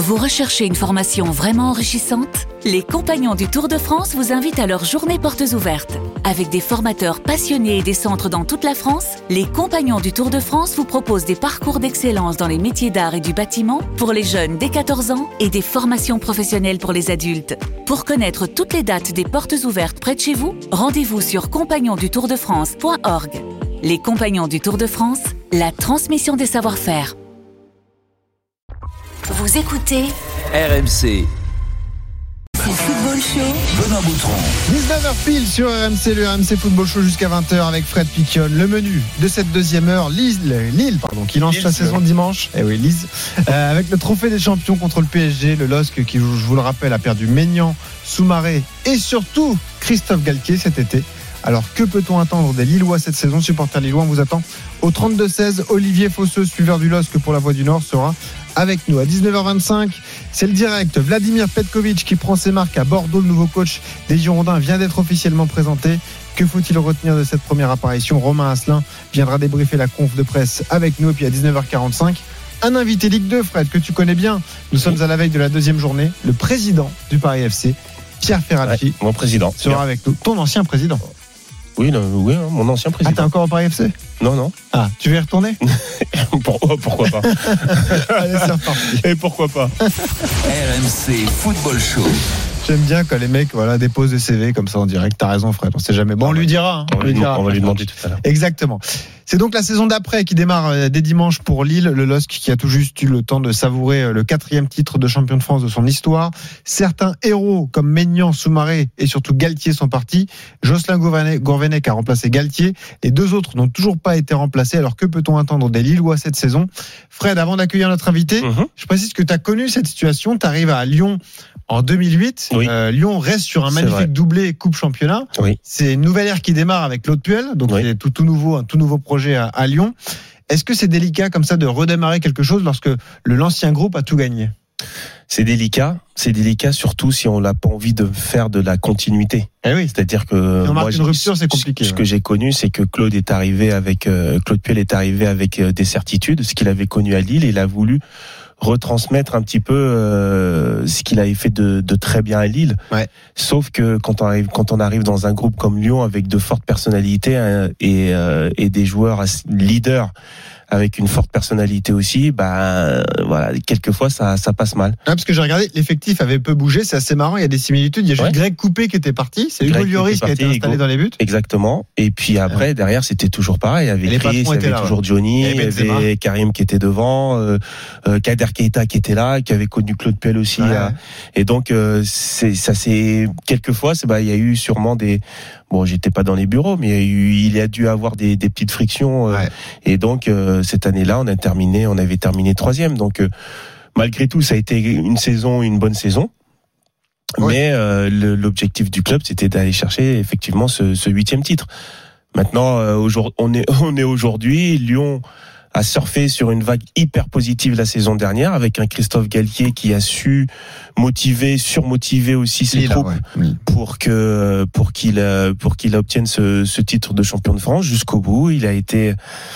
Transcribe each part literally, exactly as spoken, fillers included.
Vous recherchez une formation vraiment enrichissante ? Les Compagnons du Tour de France vous invitent à leur journée portes ouvertes. Avec des formateurs passionnés et des centres dans toute la France, les Compagnons du Tour de France vous proposent des parcours d'excellence dans les métiers d'art et du bâtiment pour les jeunes dès quatorze ans et des formations professionnelles pour les adultes. Pour connaître toutes les dates des portes ouvertes près de chez vous, rendez-vous sur compagnons du tour de france point org. Les Compagnons du Tour de France, la transmission des savoir-faire. Vous écoutez R M C. C'est Football Show. Benoît Boutron. dix-neuf heures pile sur R M C, le R M C Football Show jusqu'à vingt heures avec Fred Piquion. Le menu de cette deuxième heure, Lille, Lille pardon, qui lance Lille, sa saison dimanche. Eh oui, Lille. Euh, avec le trophée des champions contre le P S G. Le L O S C qui, je vous le rappelle, a perdu Maignan, Soumaré et surtout Christophe Galtier cet été. Alors que peut-on attendre des Lillois cette saison? Supporters lillois, on vous attend au trente-deux seize. Olivier Fosseux, suiveur du L O S C pour la Voix du Nord, sera avec nous à dix-neuf heures vingt-cinq. C'est le direct. Vladimir Petkovic qui prend ses marques à Bordeaux. Le nouveau coach des Girondins vient d'être officiellement présenté. Que faut-il retenir de cette première apparition? Romain Asselin viendra débriefer la conf de presse avec nous. Et puis à dix-neuf heures quarante-cinq, un invité Ligue deux, Fred, que tu connais bien. Nous sommes à la veille de la deuxième journée. Le président du Paris F C, Pierre Ferracci, ouais, mon président, sera bien avec nous. Ton ancien président. Oui, non, oui, hein, mon ancien président. Ah, t'es encore au Paris F C? Non, non. Ah, tu veux y retourner? pourquoi, pourquoi pas? Allez, c'est reparti. Et pourquoi pas? R M C Football Show. J'aime bien quand les mecs voilà, déposent des C V comme ça en direct. T'as raison, Fred, on sait jamais. Bon, on lui dira. Hein, on, on, lui dira. on va lui demander tout à l'heure. Exactement. C'est donc la saison d'après qui démarre dès dimanche pour Lille. Le L O S C qui a tout juste eu le temps de savourer le quatrième titre de champion de France de son histoire. Certains héros comme Maignan, Soumaré et surtout Galtier sont partis. Jocelyn Gourvenec a remplacé Galtier. Les deux autres n'ont toujours pas été remplacés. Alors que peut-on attendre des Lillois cette saison? Fred, avant d'accueillir notre invité, mm-hmm. je précise que tu as connu cette situation. Tu arrives à Lyon en deux mille huit. Oui. Euh, Lyon reste sur un magnifique doublé Coupe Championnat. Oui. C'est une nouvelle ère qui démarre avec Claude Puel. Donc oui. c'est tout, tout nouveau, un tout nouveau projet à, à Lyon. Est-ce que c'est délicat comme ça de redémarrer quelque chose lorsque le, l'ancien groupe a tout gagné? C'est délicat, c'est délicat surtout si on n'a pas envie de faire de la continuité. Eh oui. C'est-à-dire que si on moi, marque une rupture, c'est compliqué. Ce, ce ouais. que j'ai connu, c'est que Claude est arrivé avec euh, Claude Puel est arrivé avec euh, des certitudes, ce qu'il avait connu à Lille, et il a voulu retransmettre un petit peu euh, ce qu'il avait fait de, de très bien à Lille. Ouais. Sauf que quand on arrive quand on arrive dans un groupe comme Lyon avec de fortes personnalités hein, et euh, et des joueurs leaders avec une forte personnalité aussi, bah voilà, quelquefois ça ça passe mal. Ah, parce que j'ai regardé, l'effectif avait peu bougé, c'est assez marrant, il y a des similitudes. Il y a juste ouais. Greg Coupé qui était parti, c'est Hugo Lloris qui a été installé Hugo. dans les buts. Exactement. Et puis après ouais. derrière c'était toujours pareil, il y avait Chris, il y avait là, toujours ouais. Johnny, il y avait Karim qui était devant, euh, euh, Kader Keita qui était là, qui avait connu Claude Puel aussi. Ouais. À, et donc euh, c'est ça c'est quelquefois c'est bah il y a eu sûrement des bon, j'étais pas dans les bureaux, mais il y a, eu, il y a dû avoir des, des petites frictions. Euh, ouais. Et donc, euh, cette année-là, on a terminé, on avait terminé troisième. Donc, euh, malgré tout, ça a été une saison, une bonne saison. Ouais. Mais euh, le, l'objectif du club, c'était d'aller chercher effectivement ce, ce huitième titre. Maintenant, euh, aujourd'hui, on est, on est aujourd'hui, Lyon a surfé sur une vague hyper positive la saison dernière avec un Christophe Galtier qui a su motiver, surmotiver aussi ses troupes ouais. oui. pour que pour qu'il pour qu'il obtienne ce, ce titre de champion de France jusqu'au bout. Il a été,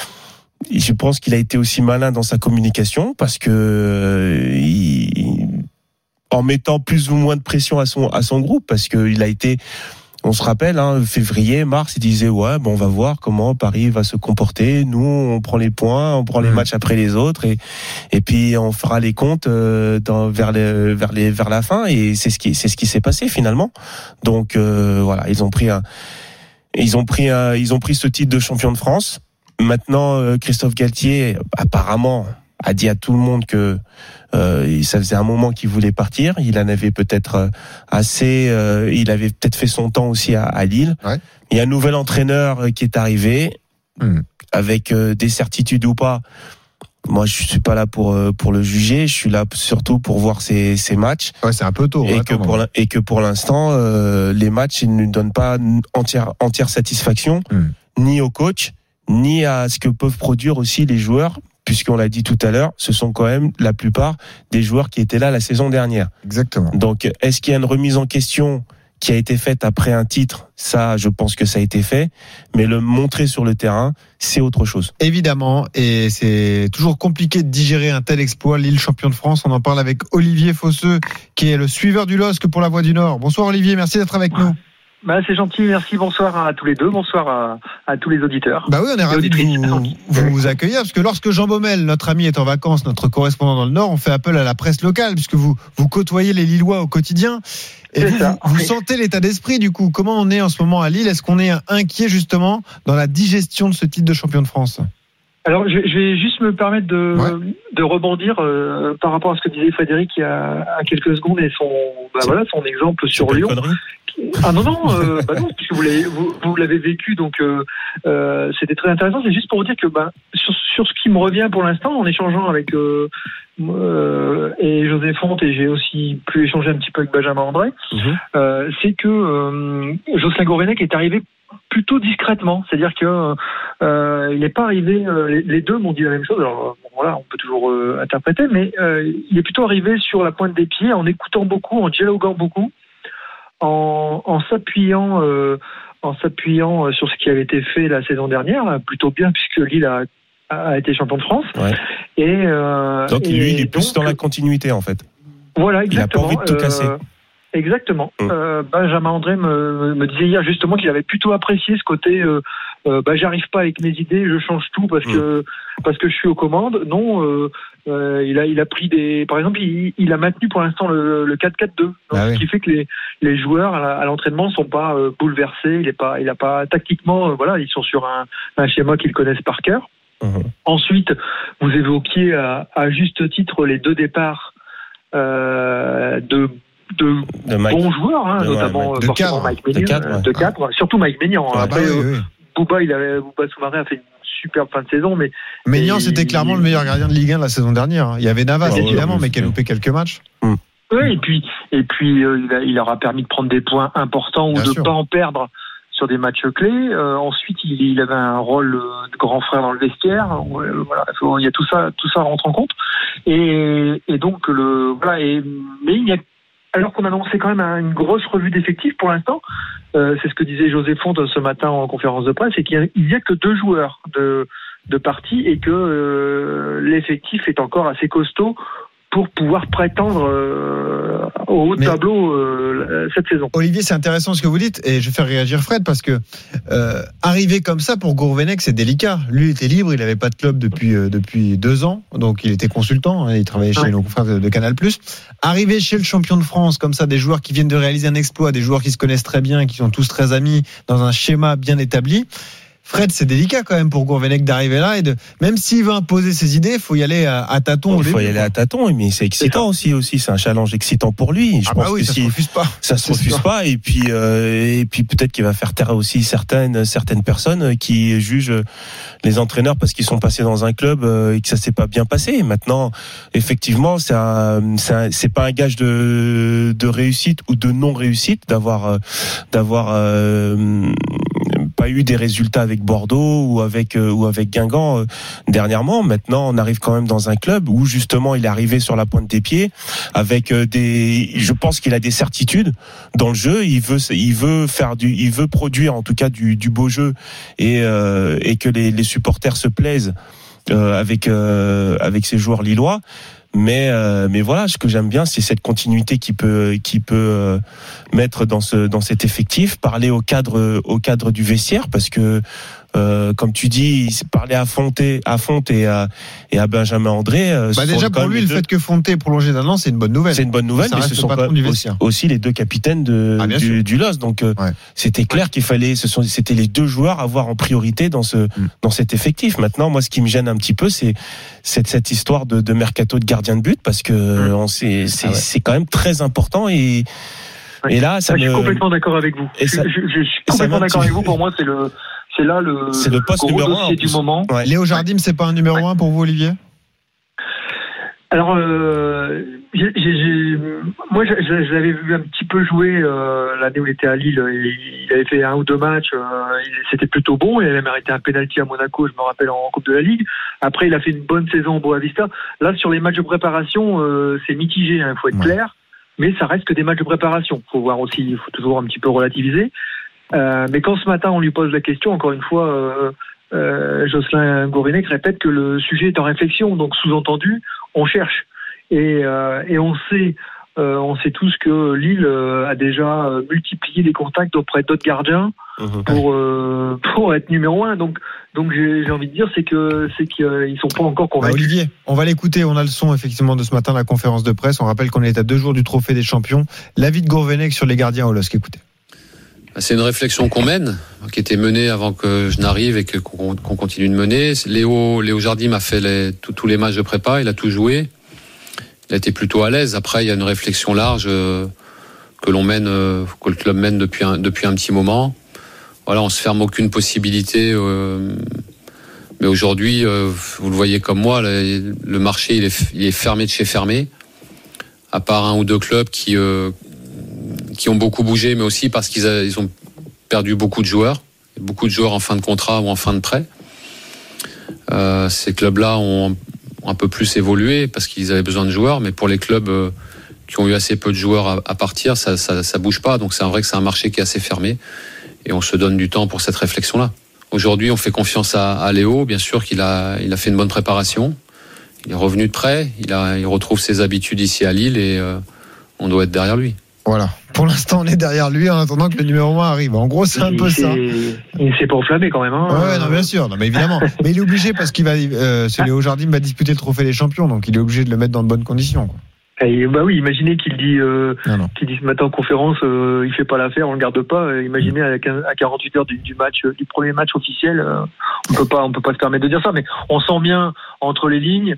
je pense qu'il a été aussi malin dans sa communication parce que il, en mettant plus ou moins de pression à son à son groupe parce que il a été on se rappelle, hein, février, mars, il disait ouais, bon, on va voir comment Paris va se comporter. Nous, on prend les points, on prend les mmh. matchs après les autres, et et puis on fera les comptes euh, dans, vers les vers les vers la fin. Et c'est ce qui c'est ce qui s'est passé finalement. Donc euh, voilà, ils ont pris un, ils ont pris un, ils ont pris ce titre de champion de France. Maintenant, euh, Christophe Galtier, apparemment, a dit à tout le monde que euh, ça faisait un moment qu'il voulait partir. Il en avait peut-être assez. Euh, il avait peut-être fait son temps aussi à, à Lille. Ouais. Il y a un nouvel entraîneur qui est arrivé mmh. avec euh, des certitudes ou pas. Moi, je suis pas là pour pour le juger. Je suis là surtout pour voir ses ses matchs. Ouais, c'est un peu tôt. Et que pour et que pour l'instant, euh, les matchs ils ne donnent pas entière entière satisfaction mmh. ni au coach ni à ce que peuvent produire aussi les joueurs. Puisqu'on l'a dit tout à l'heure, ce sont quand même la plupart des joueurs qui étaient là la saison dernière. Exactement. Donc, est-ce qu'il y a une remise en question qui a été faite après un titre, ça, je pense que ça a été fait. Mais le montrer sur le terrain, c'est autre chose. Évidemment, et c'est toujours compliqué de digérer un tel exploit. Lille champion de France, on en parle avec Olivier Fosseux, qui est le suiveur du L O S C pour la Voix du Nord. Bonsoir Olivier, merci d'être avec nous. Bah, c'est gentil, merci, bonsoir à tous les deux, bonsoir à, à tous les auditeurs. Bah oui, on est ravis de vous, vous, vous accueillir, parce que lorsque Jean Baumel, notre ami, est en vacances, notre correspondant dans le Nord, on fait appel à la presse locale, puisque vous, vous côtoyez les Lillois au quotidien. Et vous, vous, vous sentez l'état d'esprit, du coup. Comment on est en ce moment à Lille? Est-ce qu'on est inquiet, justement, dans la digestion de ce titre de champion de France? Alors, je, je vais juste me permettre de, ouais. de rebondir euh, par rapport à ce que disait Frédéric il y a, à quelques secondes et son, bah voilà, son exemple sur Lyon. Ah non, non, euh, bah non, puisque vous l'avez, vous, vous l'avez vécu, donc euh, euh, c'était très intéressant. C'est juste pour vous dire que bah, sur, sur ce qui me revient pour l'instant, en échangeant avec euh, euh, et José Fonte, et j'ai aussi pu échanger un petit peu avec Benjamin André, mm-hmm. euh, c'est que euh, Jocelyn Gourvenec est arrivé plutôt discrètement, c'est-à-dire que euh, il n'est pas arrivé. Euh, les, les deux m'ont dit la même chose. Alors bon, voilà, on peut toujours euh, interpréter, mais euh, il est plutôt arrivé sur la pointe des pieds, en écoutant beaucoup, en dialoguant beaucoup. En, en s'appuyant, euh, en s'appuyant sur ce qui avait été fait la saison dernière, plutôt bien puisque Lille a, a été champion de France. Ouais. Et euh, donc et lui, il est plus donc, dans la continuité en fait. Voilà, exactement. Il n'a pas envie de tout casser. Euh, Exactement. Mmh. Euh, Benjamin André me, me disait hier justement qu'il avait plutôt apprécié ce côté. Euh, euh, bah, j'arrive pas avec mes idées, je change tout parce mmh. que parce que je suis aux commandes. Non, euh, euh, il a il a pris des. Par exemple, il, il a maintenu pour l'instant le, le quatre quatre deux, donc, ah oui. Ce qui fait que les les joueurs à, à l'entraînement sont pas euh, bouleversés. Il est pas il a pas tactiquement. Euh, voilà, ils sont sur un, un schéma qu'ils connaissent par cœur. Mmh. Ensuite, vous évoquiez à, à juste titre les deux départs euh, de de, de bons joueurs, hein, de, notamment ouais, de forcément cadre, Mike Maignan, de cadre, de cadre ouais. Surtout Mike Maignan. Ah, Après, bah, oui, euh, oui. Bouba, il avait, Bouba Soumaré a fait une superbe fin de saison, mais Maignan, c'était il, clairement il, le meilleur gardien de Ligue un de la saison dernière. Il y avait Navas, ah, évidemment, ouais, mais qui a loupé quelques matchs. Hum. Oui, et puis, et puis euh, il, a, il leur a permis de prendre des points importants ou Bien de ne pas en perdre sur des matchs clés. Euh, ensuite, il, il avait un rôle de grand frère dans le vestiaire. Euh, voilà, il y a tout ça, tout ça rentre en compte. Et, et donc le voilà. Et, mais il y a alors qu'on annonçait quand même une grosse revue d'effectifs pour l'instant, euh, c'est ce que disait José Fonte ce matin en conférence de presse, c'est qu'il n'y a, a que deux joueurs de, de partie et que euh, l'effectif est encore assez costaud pour pouvoir prétendre euh, au haut de tableau euh, cette saison. Olivier, c'est intéressant ce que vous dites, et je vais faire réagir Fred, parce que euh, arriver comme ça pour Gourvenec, c'est délicat. Lui, il était libre, il n'avait pas de club depuis, euh, depuis deux ans, donc il était consultant, hein, il travaillait chez ouais. nos confrères de, de Canal+. Arriver chez le champion de France, comme ça, des joueurs qui viennent de réaliser un exploit, des joueurs qui se connaissent très bien, qui sont tous très amis, dans un schéma bien établi. Fred, c'est délicat quand même pour Gourvenec d'arriver là et de, même s'il veut imposer ses idées, il faut y aller à, à tâtons. Il faut y aller à tâtons, mais c'est excitant c'est aussi, aussi. C'est un challenge excitant pour lui. Je ah pense bah oui, que ça si, se refuse pas. Ça se refuse pas. Et puis, euh, et puis peut-être qu'il va faire taire aussi certaines, certaines personnes qui jugent les entraîneurs parce qu'ils sont passés dans un club et que ça s'est pas bien passé. Maintenant, effectivement, c'est un, c'est, un, c'est pas un gage de, de réussite ou de non réussite d'avoir, d'avoir. Euh, pas eu des résultats avec Bordeaux ou avec euh, ou avec Guingamp euh, dernièrement. Maintenant, on arrive quand même dans un club où justement il est arrivé sur la pointe des pieds avec euh, des. Je pense qu'il a des certitudes dans le jeu. Il veut il veut faire du il veut produire en tout cas du, du beau jeu et euh, et que les, les supporters se plaisent euh, avec euh, avec ces joueurs lillois. Mais euh, mais voilà, ce que j'aime bien, c'est cette continuité qui peut qui peut euh, mettre dans ce dans cet effectif, parler au cadre au cadre du vestiaire, parce que euh, comme tu dis, parler à Fonte, à Fonte et à et à Benjamin André. Euh, bah déjà pour lui, le deux... fait que Fonte ait prolongé d'un an, c'est une bonne nouvelle. C'est une bonne nouvelle, mais, mais ce sont pas aussi, aussi les deux capitaines de ah, du, du L O S. Donc euh, ouais. c'était clair ouais. qu'il fallait, ce sont c'était les deux joueurs à avoir en priorité dans ce mm. dans cet effectif. Maintenant, moi, ce qui me gêne un petit peu, c'est cette cette histoire de, de mercato de gardien de but, parce que mm. on sait c'est ah ouais. c'est quand même très important et ouais. et là, ça je suis me... complètement d'accord avec vous. Je, ça... je, je, je suis complètement d'accord avec vous. Pour moi, c'est le C'est là le, c'est le poste numéro un du moment. Ouais. Léo Jardim, c'est pas un numéro ouais. un pour vous, Olivier? Alors, euh, j'ai, j'ai, moi, je, je l'avais vu un petit peu jouer euh, l'année où il était à Lille. Il, il avait fait un ou deux matchs. Euh, il, c'était plutôt bon. Il avait mérité un penalty à Monaco, je me rappelle, en Coupe de la Ligue. Après, il a fait une bonne saison au Boavista. Là, sur les matchs de préparation, euh, c'est mitigé. Il hein, faut être ouais. clair. mais ça reste que des matchs de préparation. Il faut voir aussi, il faut toujours un petit peu relativiser. Euh, mais quand ce matin on lui pose la question, encore une fois, euh, euh, Jocelyn Gourvenec répète que le sujet est en réflexion, donc sous-entendu, on cherche. Et, euh, et on sait, euh, on sait tous que Lille euh, a déjà multiplié les contacts auprès d'autres gardiens mmh. pour euh, pour être numéro un. Donc donc j'ai, j'ai envie de dire c'est que c'est qu'ils sont pas encore convaincus. Bah Olivier, on va l'écouter. On a le son effectivement de ce matin, la conférence de presse. On rappelle qu'on est à deux jours du Trophée des Champions. L'avis de Gourvenec sur les gardiens au L O S C. Écoutez. C'est une réflexion qu'on mène, qui était menée avant que je n'arrive et que, qu'on, qu'on continue de mener. Léo, Léo Jardim a fait les, tous, tous les matchs de prépa, il a tout joué. Il a été plutôt à l'aise. Après, il y a une réflexion large euh, que l'on mène, euh, que le club mène depuis un, depuis un petit moment. Voilà, on se ferme aucune possibilité. Euh, mais aujourd'hui, euh, vous le voyez comme moi, le, le marché il est, il est fermé de chez fermé. À part un ou deux clubs qui euh, qui ont beaucoup bougé, mais aussi parce qu'ils a, ils ont perdu beaucoup de joueurs, beaucoup de joueurs en fin de contrat ou en fin de prêt. Euh, ces clubs-là ont un peu plus évolué parce qu'ils avaient besoin de joueurs, mais pour les clubs euh, qui ont eu assez peu de joueurs à, à partir, ça, ça, ça bouge pas. Donc c'est vrai que c'est un marché qui est assez fermé et on se donne du temps pour cette réflexion-là. Aujourd'hui, on fait confiance à, à Léo. Bien sûr qu'il a, il a fait une bonne préparation. Il est revenu de près. Il a, il retrouve ses habitudes ici à Lille et euh, on doit être derrière lui. Voilà. Pour l'instant, on est derrière lui en attendant que le numéro un arrive. En gros, c'est un il peu s'est, ça. Il s'est pas enflammé quand même. Hein. Ouais, non, bien sûr. Non, mais évidemment. Mais il est obligé parce qu'il va, euh, ce Léo Jardim va disputer le Trophée des Champions, donc il est obligé de le mettre dans de bonnes conditions, quoi. Et bah oui, imaginez qu'il dit, euh, non, non. qu'il dit ce matin en conférence, euh, il fait pas l'affaire, on le garde pas. Euh, imaginez à, à quarante-huit heures du, du match, euh, du premier match officiel, euh, on peut pas, on peut pas se permettre de dire ça. Mais on sent bien entre les lignes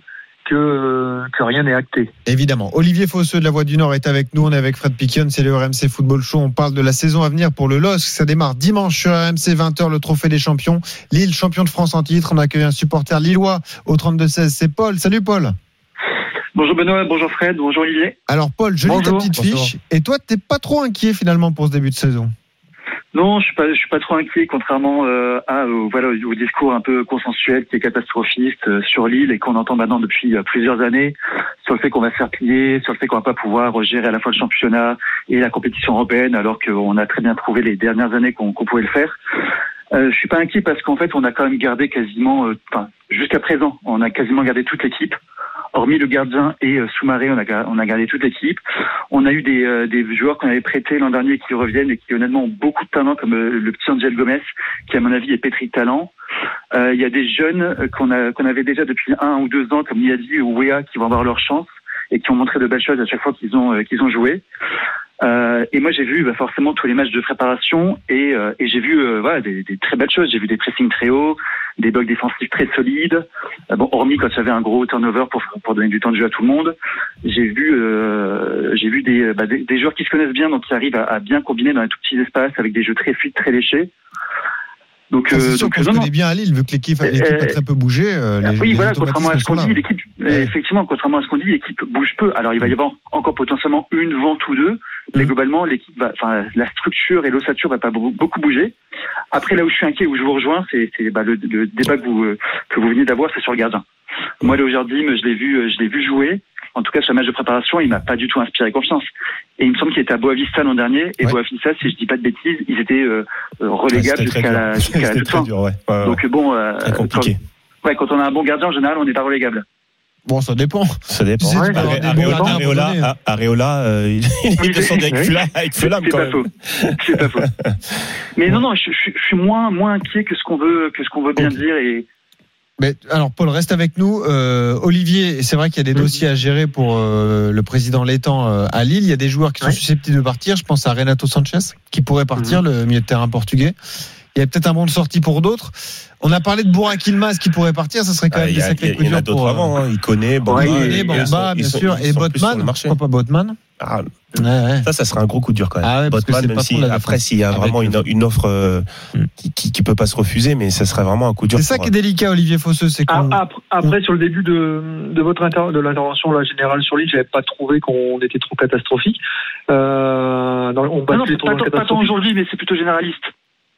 que, que rien n'est acté. Évidemment. Olivier Fosseux de La Voix du Nord est avec nous. On est avec Fred Piquion. C'est le R M C Football Show. On parle de la saison à venir pour le L O S C. Ça démarre dimanche sur R M C, vingt heures, le Trophée des Champions. Lille, champion de France en titre. On accueille un supporter lillois au trente-deux seize. C'est Paul. Salut Paul. Bonjour Benoît, bonjour Fred, bonjour Olivier. Alors Paul, je lis ta petite bonjour. fiche. Et toi, t'es pas trop inquiet finalement pour ce début de saison? Non, je suis pas, je suis pas trop inquiet, contrairement euh, à, euh, voilà, au discours un peu consensuel qui est catastrophiste euh, sur Lille et qu'on entend maintenant depuis euh, plusieurs années, sur le fait qu'on va se faire plier, sur le fait qu'on va pas pouvoir gérer à la fois le championnat et la compétition européenne, alors qu'on a très bien prouvé les dernières années qu'on, qu'on pouvait le faire. Euh, je suis pas inquiet parce qu'en fait, on a quand même gardé quasiment, enfin, euh, jusqu'à présent, on a quasiment gardé toute l'équipe. Hormis le gardien et euh, Soumaré, on a, on a gardé toute l'équipe. On a eu des, euh, des joueurs qu'on avait prêtés l'an dernier qui reviennent et qui honnêtement ont beaucoup de talent, comme euh, le petit Angel Gomez, qui à mon avis est pétri de talent. Euh, il y a des jeunes qu'on, a, qu'on avait déjà depuis un ou deux ans, comme Niadi ou Wea, qui vont avoir leur chance et qui ont montré de belles choses à chaque fois qu'ils ont, euh, qu'ils ont joué. Euh, et moi j'ai vu bah, forcément tous les matchs de préparation et, euh, et j'ai vu euh, voilà, des, des très belles choses. J'ai vu des pressings très hauts, des blocs défensifs très solides. Euh, bon, hormis quand j'avais un gros turnover pour pour donner du temps de jeu à tout le monde. J'ai vu euh, j'ai vu des, bah, des des joueurs qui se connaissent bien, donc qui arrivent à, à bien combiner dans les tout petits espaces avec des jeux très fluides, très léchés. Donc, ah, c'est sûr donc, qu'on se connaît bien à Lille, vu que l'équipe, l'équipe euh, a très peu bougé. Euh, les, oui, les voilà, contrairement à ce qu'on dit, l'équipe, ouais. effectivement, contrairement à ce qu'on dit, l'équipe bouge peu. Alors, il va y avoir encore potentiellement une vente ou deux, mais mmh. globalement, l'équipe va, enfin, la structure et l'ossature va pas beaucoup bouger. Après, là où je suis inquiet, où je vous rejoins, c'est, c'est bah, le, le débat que vous, euh, que vous venez d'avoir, c'est sur le gardien. Mmh. Moi, Léo Jardim, je l'ai vu, je l'ai vu jouer. En tout cas, sur le match de préparation, il m'a pas du tout inspiré confiance. Et il me semble qu'il était à Boavista l'an dernier. Et ouais. Boavista, si je dis pas de bêtises, ils étaient euh, relégables ouais, jusqu'à la, jusqu'à la toute fin. Dur, ouais. Ouais, ouais. Donc bon, euh, très compliqué. Quand, ouais, quand on a un bon gardien, en général, on n'est pas relégable. Bon, ça dépend. Ça dépend. Ouais, Aré- Areola, Areola, Areola, euh, il est descendu avec Fulham, avec Fulham quand même. C'est pas faux. C'est pas faux. Mais non, non, je, je, je suis moins, moins inquiet que ce qu'on veut, que ce qu'on veut bien okay. dire et. Mais alors Paul, reste avec nous. Euh, Olivier, c'est vrai qu'il y a des mmh. dossiers à gérer pour euh, le président Létang euh, à Lille. Il y a des joueurs qui sont ouais. susceptibles de partir. Je pense à Renato Sanchez qui pourrait partir, mmh. le milieu de terrain portugais. Il y a peut-être un bon de sortie pour d'autres. On a parlé de Burak Yilmaz qui pourrait partir. Ça serait quand ah, même des sacrés coups durs. Il y en a d'autres pour, avant. Hein. Il connaît Bamba, ouais, il connaît Bamba, bien sûr, et Botman. Pourquoi pas Botman? Ah, ouais, ouais. Ça, ça serait un gros coup dur quand même. Ah ouais, Botman, même si après, s'il y a vraiment une, une offre euh, mm. qui, qui, qui peut pas se refuser, mais ça serait vraiment un coup dur. C'est ça qui est délicat, Olivier Fosseux, c'est qu'on... Après, après, sur le début de, de votre inter... de l'intervention là, générale sur Lille, j'avais pas trouvé qu'on était trop catastrophique. Euh, on non, non, pas, pas tant aujourd'hui, mais c'est plutôt généraliste.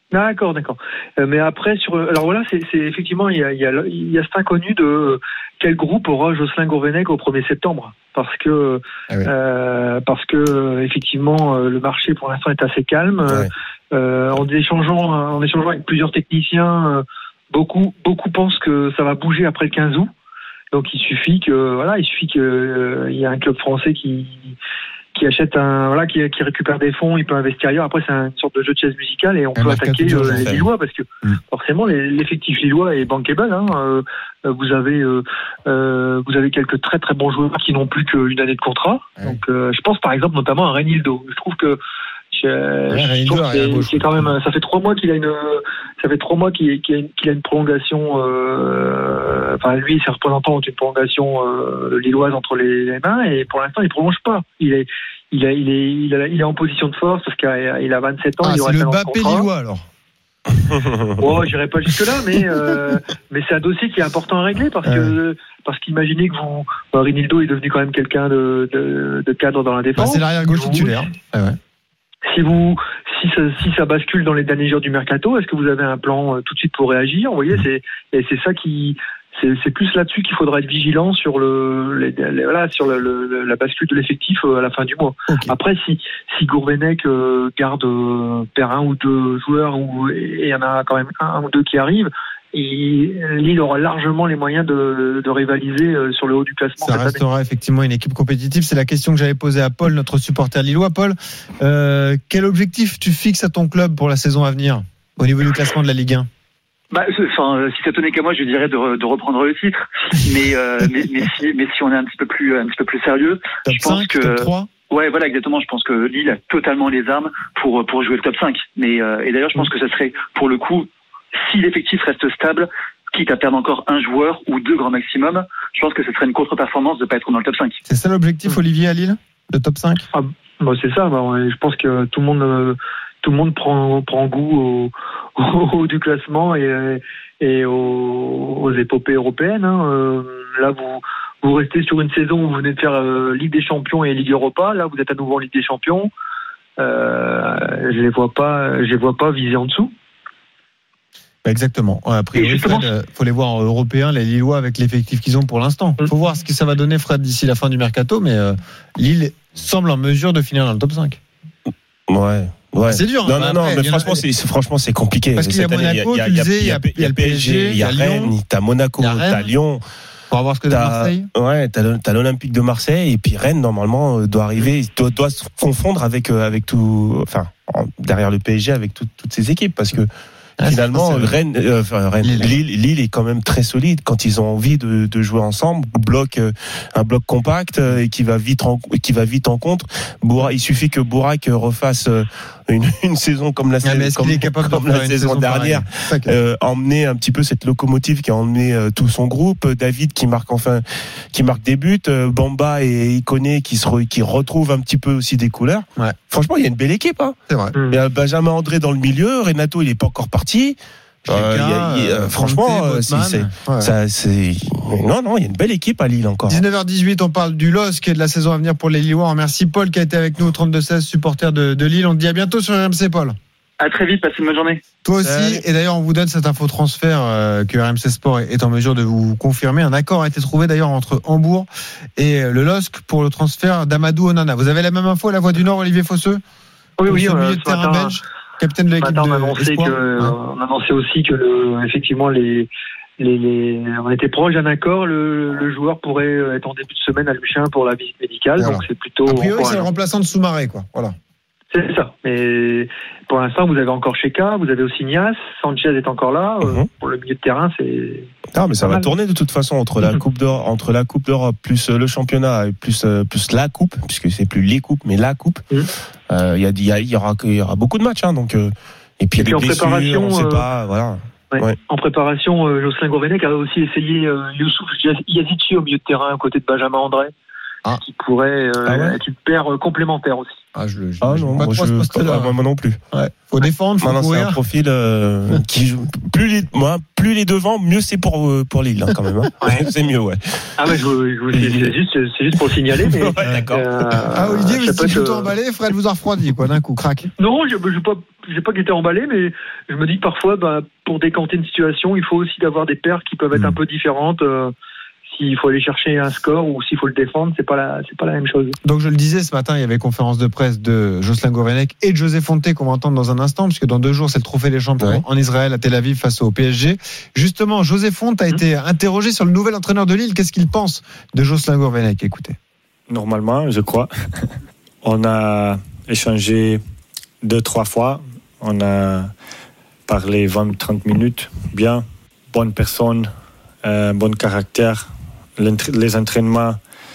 D'accord, d'accord. Euh, mais après, sur, alors voilà, c'est, c'est effectivement, il y a, il y a, il y a cet inconnu de quel groupe aura Jocelyn Gourvenec au premier septembre, parce que, ah oui. euh, parce que effectivement, le marché pour l'instant est assez calme. Ouais. Euh, en échangeant, en échangeant avec plusieurs techniciens, beaucoup, beaucoup pensent que ça va bouger après le quinze août. Donc il suffit que, voilà, il suffit que euh, il y a un club français qui qui achète un, voilà, qui, qui récupère des fonds, il peut investir ailleurs. Après, c'est une sorte de jeu de chaise musicale et on un peut attaquer euh, les Lillois parce que mmh. forcément l'effectif Lillois est bankable. Hein. Euh, vous avez, euh, euh, vous avez quelques très très bons joueurs qui n'ont plus qu'une année de contrat. Mmh. Donc, euh, je pense par exemple notamment à Reinildo. Je trouve que Je, ouais, je trouve que c'est, c'est quand même, ça fait trois mois qu'il a une, ça fait trois mois qu'il, qu'il, a, une, qu'il a une prolongation. Euh, enfin, lui et ses représentants ont une prolongation euh, lilloise entre les, les mains et pour l'instant, il prolonge pas. Il est, il a, il est, il, a, il est en position de force parce qu'il a, il a vingt-sept ans. Ah, il c'est le Mbappé lillois alors. Oh, j'irai pas jusque là, mais euh, mais c'est un dossier qui est important à régler parce que parce qu'imaginez que vous, bah, Reinildo est devenu quand même quelqu'un de, de, de cadre dans la défense. Bah, c'est l'arrière gauche titulaire. Ah ouais. Si vous, si ça, si ça bascule dans les derniers jours du mercato, est-ce que vous avez un plan euh, tout de suite pour réagir ? Vous voyez, c'est, et c'est ça qui, c'est, c'est plus là-dessus qu'il faudra être vigilant sur le, les, les, voilà, sur le, le, la bascule de l'effectif euh, à la fin du mois. Okay. Après, si, si Gourvenec euh, garde euh, perd un ou deux joueurs ou et il y en a quand même un ou deux qui arrivent. Et Lille aura largement les moyens de, de rivaliser sur le haut du classement. Ça restera année. Effectivement une équipe compétitive. C'est la question que j'avais posée à Paul, notre supporter lillois. Paul, euh, quel objectif tu fixes à ton club pour la saison à venir au niveau du classement de la Ligue un ? Bah, enfin, si ça tenait qu'à moi, je dirais de, de reprendre le titre. Mais, euh, mais, mais, si, mais si on est un petit peu plus, un petit peu plus sérieux, top je pense cinq, que top trois ouais, voilà, exactement. Je pense que Lille a totalement les armes pour pour jouer le top cinq. Mais euh, et d'ailleurs, je pense que ça serait pour le coup. Si l'effectif reste stable, quitte à perdre encore un joueur ou deux grand maximum, je pense que ce serait une contre-performance de ne pas être dans le top cinc. C'est ça l'objectif, Olivier, à Lille ? Le top cinq ? ah, bah c'est ça. Bah, je pense que tout le monde, euh, tout le monde prend, prend goût au, au haut du classement et, et aux, aux épopées européennes. Hein. Euh, là, vous, vous restez sur une saison où vous venez de faire euh, Ligue des Champions et Ligue Europa. Là, vous êtes à nouveau en Ligue des Champions. Euh, je les vois pas, je les vois pas viser en dessous. Exactement. A priori, il faut les voir européens, les Lillois, avec l'effectif qu'ils ont pour l'instant. Il faut voir ce que ça va donner, Fred, d'ici la fin du mercato, mais euh, Lille semble en mesure de finir dans le top cinq. Ouais. Ouais. C'est dur. Non, hein, non, après, non, mais franchement, c'est, c'est, franchement, c'est compliqué. Parce qu'il y a Monaco, tu le disais, il y a, il y a le P S G, il y a Rennes, t'as Monaco, t'as Lyon. Pour voir ce que t'as Marseille. Ouais, t'as, t'as l'Olympique de Marseille, et puis Rennes, normalement, doit arriver, doit, doit se confondre avec, avec tout, enfin, derrière le P S G, avec tout, toutes ces équipes, parce que, Ah, finalement, Rennes, euh, enfin, Rennes, Lille. Lille, Lille est quand même très solide quand ils ont envie de, de jouer ensemble. Bloc, euh, un bloc compact euh, et qui va vite, en, qui va vite en contre. Boura, il suffit que Bourak refasse euh, une, une saison comme la, ah, saison, comme, comme la saison dernière, euh, emmener un petit peu cette locomotive qui a emmené euh, tout son groupe. David qui marque enfin, qui marque des buts. Euh, Bamba et Ikoné qui se re, qui retrouvent un petit peu aussi des couleurs. Ouais. Franchement, il y a une belle équipe. Hein. C'est vrai. Il y a Benjamin André dans le milieu. Renato, il est pas encore parti. Euh, y a, y a, euh, franchement, Conte, c'est, c'est, ouais. ça, c'est non, non, il y a une belle équipe à Lille encore. dix-neuf heures dix-huit, on parle du L O S C et de la saison à venir pour les Lillois. On remercie Paul qui a été avec nous au trente-deux seize, supporter de, de Lille. On te dit à bientôt sur R M C, Paul. À très vite, passez une bonne journée. Toi aussi. Salut. Et d'ailleurs, on vous donne cette info transfert euh, que R M C Sport est en mesure de vous confirmer. Un accord a été trouvé d'ailleurs entre Hambourg et le L O S C pour le transfert d'Amadou Onana. Vous avez la même info à la Voix du Nord, Olivier Fosseux ? Oui, oui, au milieu de terrain matin, belge. Capitaine de l'équipe on de annonçait Espoir, que, hein. on annonçait aussi que le, effectivement les, les, les, on était proche d'un accord. Le, le joueur pourrait être en début de semaine à Luchin pour la visite médicale. Voilà. Donc c'est plutôt. A priori, c'est le remplaçant de Soumaré, quoi. Voilà. C'est ça. Mais pour l'instant, vous avez encore Cheka, vous avez aussi Nias, Sanchez est encore là. Mm-hmm. Euh, pour le milieu de terrain, c'est. Non, mais ça va mal. Tourner de toute façon entre la Coupe d'Europe, entre la Coupe d'Europe plus le championnat et plus plus la Coupe, puisque c'est plus les coupes mais la Coupe. Il mm-hmm. euh, y a il y, a, y aura il y aura beaucoup de matchs, hein, donc. Euh, et puis, et puis en blessures, préparation, on sait euh, pas, voilà. Ouais. Ouais. En préparation, euh, Jocelyn Gourvenec a aussi essayé euh, Youssouf Yazici au milieu de terrain, à côté de Benjamin André, ah. qui pourrait euh, ah ouais. être une paire complémentaire aussi. Ah, je le. Ah non, pas moi, trop je, ce poste-là. moi, moi non plus. Ouais. Faut défendre, faut Maintenant, courir. c'est un profil euh, qui joue. Plus les, moi, plus les devants, mieux c'est pour euh, pour Lille hein, quand même. Hein. Ouais. C'est mieux, ouais. Ah ouais, je, je, je, c'est juste c'est juste pour le signaler. Mais, ouais, d'accord. Euh, ah Olivier, vous étiez plutôt emballé, Fred vous a refroidi quoi, d'un coup, crac. Non, je n'ai pas, j'ai pas été emballé, mais je me dis que parfois, bah, pour décanter une situation, il faut aussi avoir des paires qui peuvent être mmh. un peu différentes. Euh, S'il faut aller chercher un score ou s'il faut le défendre, c'est pas la, c'est pas la même chose. Donc je le disais ce matin, il y avait conférence de presse de Jocelyn Gourvenec et de José Fonte qu'on va entendre dans un instant, puisque dans deux jours c'est le trophée des champions ouais. en Israël à Tel Aviv face au P S G. Justement, José Fonte a mmh. été interrogé sur le nouvel entraîneur de Lille. Qu'est-ce qu'il pense de Jocelyn Gourvenec ? Écoutez. Normalement, je crois, on a échangé deux trois fois, on a parlé vingt trente minutes, bien, bonne personne, euh, bon caractère. Les entraînements,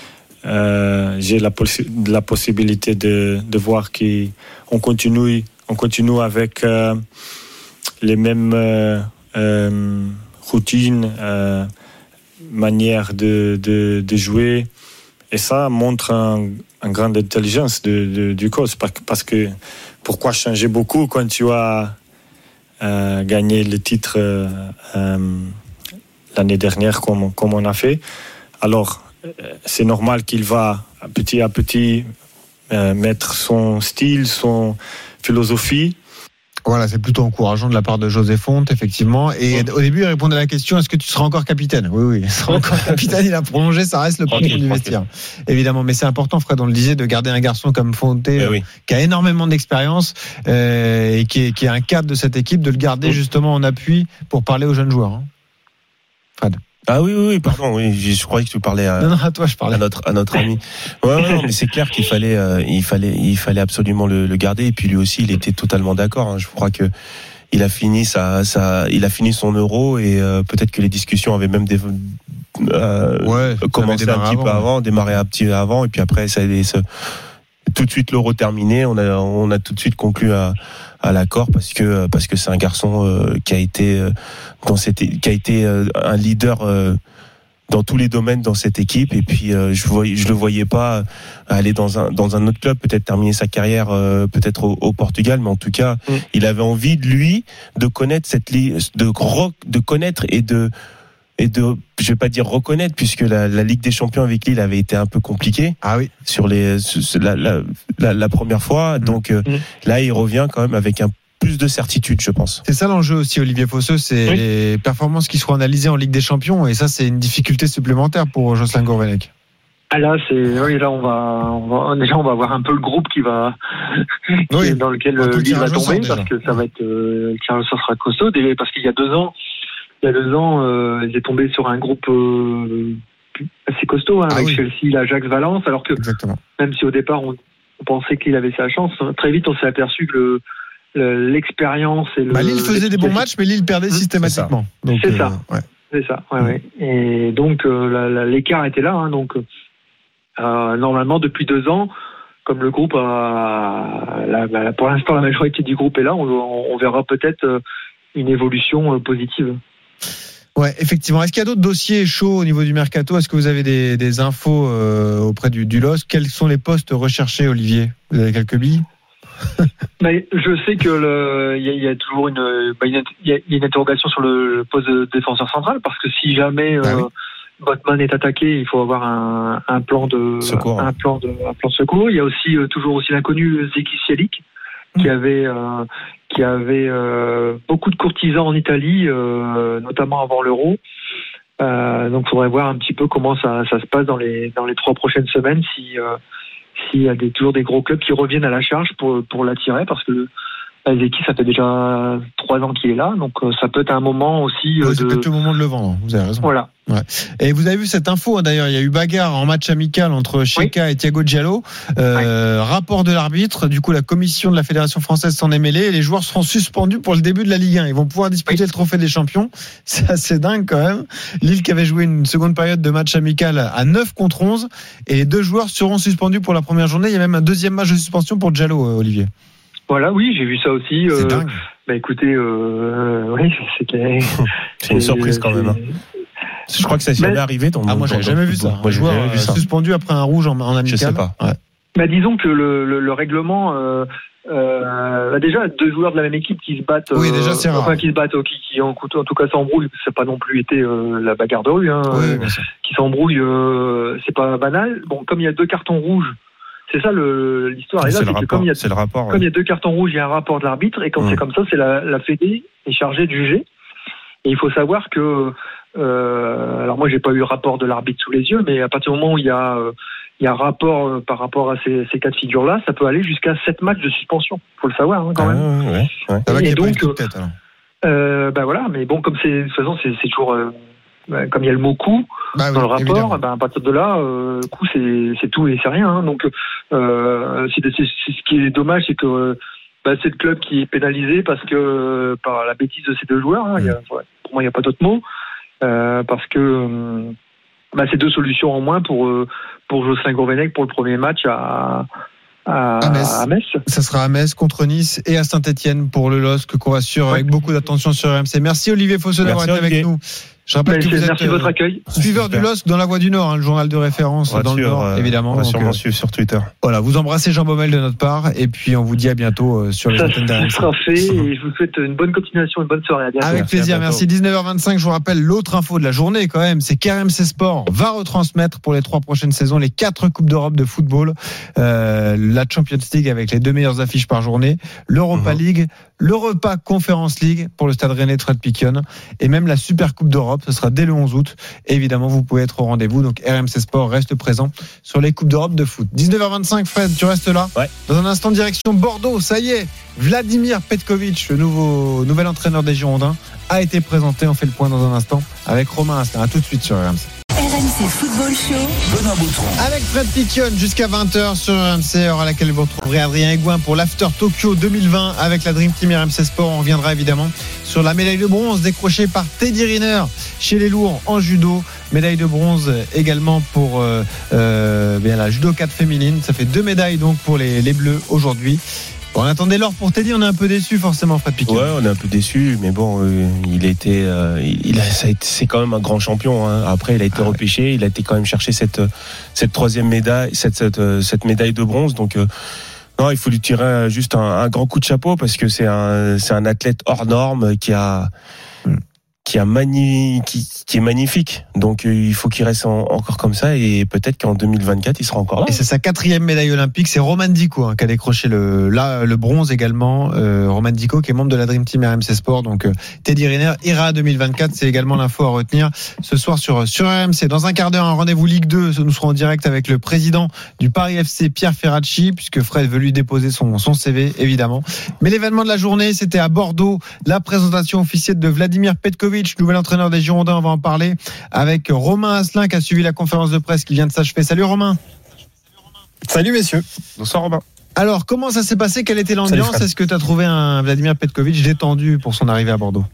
euh, j'ai la, possi- la possibilité de, de voir qu'on continue, on continue avec euh, les mêmes euh, euh, routines, euh, manières de, de, de jouer. Et ça montre un, une grande intelligence de, de, du coach. Parce que pourquoi changer beaucoup quand tu as euh, gagné le titre euh, euh, l'année dernière comme, comme on a fait? Alors, c'est normal qu'il va petit à petit euh, mettre son style, son philosophie. Voilà, c'est plutôt encourageant de la part de José Fonte, effectivement. Et oui. Au début, il répondait à la question, est-ce que tu seras encore capitaine ? Oui, oui, il sera encore capitaine, il a prolongé, ça reste le patron du vestiaire. Évidemment, mais c'est important, Fred, on le disait, de garder un garçon comme Fonte, euh, oui. qui a énormément d'expérience euh, et qui est, qui est un cadre de cette équipe, de le garder oui. justement en appui pour parler aux jeunes joueurs. Hein. Fred ? Ah oui, oui, oui, pardon, oui, je, je croyais que tu parlais à, non, non, à toi, je parlais. à notre, à notre ami. Ouais, ouais, non, mais c'est clair qu'il fallait, euh, il fallait, il fallait absolument le, le garder. Et puis lui aussi, il était totalement d'accord. Hein. Je crois que il a fini sa, sa, il a fini son Euro et euh, peut-être que les discussions avaient même des, euh, ouais, commencé un petit avant, peu avant, ouais. démarré un petit peu avant, et puis après ça allait se, tout de suite l'Euro terminé. On a, on a tout de suite conclu à. à l'accord parce que parce que c'est un garçon euh, qui a été euh, dans cette qui a été euh, un leader euh, dans tous les domaines dans cette équipe et puis euh, je voyais je le voyais pas aller dans un dans un autre club, peut-être terminer sa carrière euh, peut-être au, au Portugal, mais en tout cas mmh. il avait envie de lui de connaître cette de de connaître et de et de, je vais pas dire reconnaître, puisque la, la Ligue des Champions avec Lille avait été un peu compliquée. Ah oui. Sur les, sur la, la, la, la première fois. Mmh. Donc, euh, mmh. là, il revient quand même avec un plus de certitude, je pense. C'est ça l'enjeu aussi, Olivier Fosseux, c'est oui. les performances qui seront analysées en Ligue des Champions, et ça, c'est une difficulté supplémentaire pour Jocelyn Gourvenec. Ah là, c'est oui, là on va, on va déjà on va avoir un peu le groupe qui va qui oui. dans lequel Lille va tomber parce que ça va être euh, le tirage au sort sera costaud, parce qu'il y a deux ans. Il y a deux ans, euh, ils étaient tombés sur un groupe euh, assez costaud, hein, ah avec oui. Chelsea, l'Ajax, Valence, alors que Exactement. Même si au départ on, on pensait qu'il avait sa chance, très vite on s'est aperçu que le, le, l'expérience et le... Bah, Lille faisait des bons matchs, mais Lille perdait mmh, systématiquement. C'est ça, donc, c'est, euh, ça. Ouais. c'est ça. Ouais, mmh. ouais. Et donc euh, la, la, l'écart était là, hein, donc euh, normalement depuis deux ans, comme le groupe a, la, la, pour l'instant la majorité du groupe est là, on, on verra peut-être une évolution positive. Ouais, effectivement. Est-ce qu'il y a d'autres dossiers chauds au niveau du mercato ? Est-ce que vous avez des, des infos euh, auprès du, du L O S ? Quels sont les postes recherchés, Olivier ? Vous avez quelques billes ? Mais je sais que le, il y, y a toujours une, bah, il y a une interrogation sur le poste de défenseur central, parce que si jamais ah, euh, oui. Botman est attaqué, il faut avoir un, un plan de secours. un plan de un plan de secours. Il y a aussi euh, toujours aussi l'inconnu Zeki Sielik, qui avait euh, qui avait euh, beaucoup de courtisans en Italie, euh, notamment avant l'Euro. Euh, donc, il faudrait voir un petit peu comment ça, ça se passe dans les dans les trois prochaines semaines, si euh, s'il y a des, toujours des gros clubs qui reviennent à la charge pour pour l'attirer, parce que Zeki, ça fait déjà trois ans qu'il est là, donc ça peut être un moment aussi. Ouais, de... C'est peut-être le moment de le vendre. Vous avez raison. Voilà. Ouais. Et vous avez vu cette info, d'ailleurs, il y a eu bagarre en match amical entre Cheka oui. et Thiago Diallo. Euh, ouais. Rapport de l'arbitre. Du coup, la commission de la Fédération française s'en est mêlée et les joueurs seront suspendus pour le début de la Ligue un. Ils vont pouvoir disputer oui. le trophée des champions. C'est assez dingue quand même. Lille qui avait joué une seconde période de match amical à neuf contre onze, et les deux joueurs seront suspendus pour la première journée. Il y a même un deuxième match de suspension pour Diallo, Olivier. Voilà, oui, j'ai vu ça aussi. C'est euh, dingue. Bah écoutez, euh, oui, c'était. C'est une surprise quand même. Hein. Je crois que ça s'est jamais arrivé. Dans ah, moi, j'avais jamais vu ça. Moi, j'ai joueur jamais vu ça. Suspendu après un rouge en, en amical. Je sais pas. Ouais. Bah, disons que le, le, le règlement, euh, euh, déjà deux joueurs de la même équipe qui se battent, oui, déjà, c'est euh, rare. enfin qui se battent, qui, qui en, en tout cas s'embrouillent, ça n'a pas non plus été euh, la bagarre de rue, hein, oui, euh, qui s'embrouillent, euh, c'est pas banal. Bon, comme il y a deux cartons rouges, c'est ça le, l'histoire. Et là, c'est, c'est, le que rapport, comme il y a, c'est le rapport. comme Ouais. il y a deux cartons rouges, il y a un rapport de l'arbitre, et quand mmh. c'est comme ça, c'est la, la Fédé est chargée de juger. Et il faut savoir que, euh, alors moi j'ai pas eu le rapport de l'arbitre sous les yeux, mais à partir du moment où il y a, euh, il y a un rapport euh, par rapport à ces, ces cas de figure-là, ça peut aller jusqu'à sept matchs de suspension. Faut le savoir hein, quand ah, même. Ouais, ouais, ouais. Et, et donc, de tête, alors. Euh, ben voilà, mais bon, comme c'est de toute façon c'est, c'est toujours euh, comme il y a le mot coup bah, dans oui, le rapport, ben à partir de là, euh, coup c'est, c'est tout et c'est rien. Hein. Donc euh, c'est, c'est, c'est, ce qui est dommage, c'est que bah, c'est le club qui est pénalisé parce que par la bêtise de ces deux joueurs. Hein, mmh. il y a, ouais, pour moi, il n'y a pas d'autre mot. Euh, parce que bah, c'est deux solutions en moins pour, pour Jocelyn Gourvenec pour le premier match à, à, à, Metz. à Metz. Ça sera à Metz contre Nice et à Saint-Etienne pour le L O S C qu'on va suivre ouais. avec beaucoup d'attention sur R M C. Merci Olivier Fosseux d'avoir été avec nous. Je rappelle Mais que vous merci êtes de votre accueil. Suiveur du L O S C dans la Voix du Nord, hein, le journal de référence dans sûr, le Nord, euh, évidemment. On va sûrement donc, suivre sur Twitter. Voilà, vous embrassez Jean Baumel de notre part et puis on vous dit à bientôt euh, sur les ça, antennes d'R M C. Ça sera fait et je vous souhaite une bonne continuation, une bonne soirée. À bientôt. Avec merci, plaisir, merci. dix-neuf heures vingt-cinq, je vous rappelle l'autre info de la journée quand même, c'est qu'R M C Sport va retransmettre pour les trois prochaines saisons les quatre Coupes d'Europe de football, euh, la Champions League avec les deux meilleures affiches par journée, l'Europa mmh. League, l'Europa Conference League pour le Stade Rennais de Fred Piquion et même la Super Coupe d'Europe, ce sera dès le onze août. Évidemment, vous pouvez être au rendez-vous. Donc R M C Sport reste présent sur les Coupes d'Europe de foot. dix-neuf heures vingt-cinq, Fred, tu restes là. Ouais. Dans un instant, direction Bordeaux. Ça y est, Vladimir Petkovic, le nouveau nouvel entraîneur des Girondins, a été présenté. On fait le point dans un instant avec Romain Asselin. À tout de suite sur R M C. R M C Football Show. Benoît Boutron. Avec Fred Piquion jusqu'à vingt heures sur R M C, heure à laquelle vous retrouverez Adrien Aigouin pour l'After Tokyo deux mille vingt avec la Dream Team R M C Sport. On reviendra évidemment sur la médaille de bronze décrochée par Teddy Riner chez les lourds en judo. Médaille de bronze également pour euh, euh, bien la judoka féminine. Ça fait deux médailles donc pour les, les Bleus aujourd'hui. Bon, on attendait l'or pour Teddy, on est un peu déçu forcément, Fred Piquion. Ouais, on est un peu déçu, mais bon, euh, il était, euh, il a, ça a été, c'est quand même un grand champion. Hein. Après, il a été ah, repêché, ouais. il a été quand même chercher cette cette troisième médaille, cette cette, cette médaille de bronze. Donc euh, non, il faut lui tirer juste un, un grand coup de chapeau parce que c'est un c'est un athlète hors norme qui a hmm. qui a mani, qui, qui est magnifique. Donc euh, il faut qu'il reste en, encore comme ça et peut-être qu'en deux mille vingt-quatre il sera encore là. Et c'est sa quatrième médaille olympique. C'est Roman Dico hein, qui a décroché le là le bronze également. Euh, Roman Dico qui est membre de la Dream Team R M C Sport. Donc euh, Teddy Riner ira à deux mille vingt-quatre. C'est également l'info à retenir ce soir sur sur R M C. Dans un quart d'heure, un rendez-vous Ligue deux. Nous serons en direct avec le président du Paris F C, Pierre Ferracci, puisque Fred veut lui déposer son son C V évidemment. Mais l'événement de la journée, c'était à Bordeaux, la présentation officielle de Vladimir Petkovic, nouvel entraîneur des Girondins. On va en parler avec Romain Asselin qui a suivi la conférence de presse qui vient de s'achever. Salut Romain. Salut messieurs. Bonsoir Romain. Alors comment ça s'est passé? Quelle était l'ambiance? Est-ce que tu as trouvé un Vladimir Petkovic détendu pour son arrivée à Bordeaux?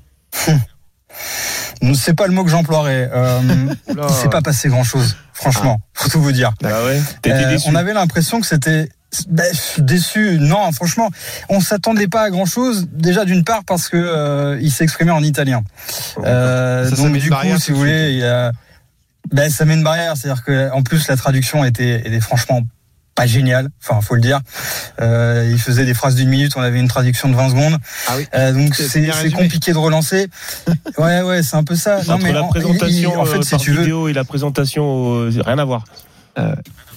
C'est pas le mot que j'emploierais. Euh, il s'est pas passé grand-chose, franchement, ah. pour tout vous dire. Ah ouais. euh, on avait l'impression que c'était ben, déçu. Non, franchement, on s'attendait pas à grand-chose. Déjà d'une part parce que euh, il s'exprimait en italien. Euh, ça, donc ça du coup, si vous voulez, il y a... ben, ça met une barrière. C'est-à-dire que en plus la traduction était, était franchement pas génial, enfin faut le dire. Euh, il faisait des phrases d'une minute, on avait une traduction de vingt secondes. Ah oui. Euh, donc c'est, c'est, c'est compliqué de relancer. Ouais ouais, c'est un peu ça. Non, entre mais la en, présentation il, il, en fait, euh, si par tu vidéo veux... et la présentation, euh, rien à voir. Euh...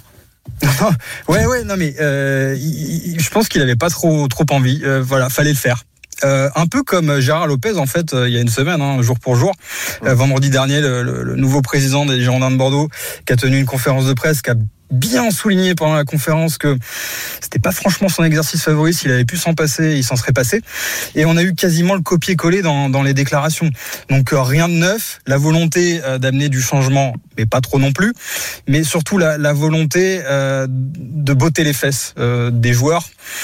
ouais ouais, non mais euh, il, il, je pense qu'il avait pas trop trop envie. Euh, voilà, fallait le faire. Euh, un peu comme Gérard Lopez en fait euh, il y a une semaine, hein, jour pour jour. Euh, vendredi dernier, le, le, le nouveau président des Girondins de Bordeaux qui a tenu une conférence de presse, qui a bien souligné pendant la conférence que c'était pas franchement son exercice favori. S'il avait pu s'en passer, il s'en serait passé. Et on a eu quasiment le copier-coller dans, dans les déclarations. Donc euh, rien de neuf, la volonté euh, d'amener du changement, mais pas trop non plus. Mais surtout la, la volonté euh, de botter les fesses euh, des joueurs.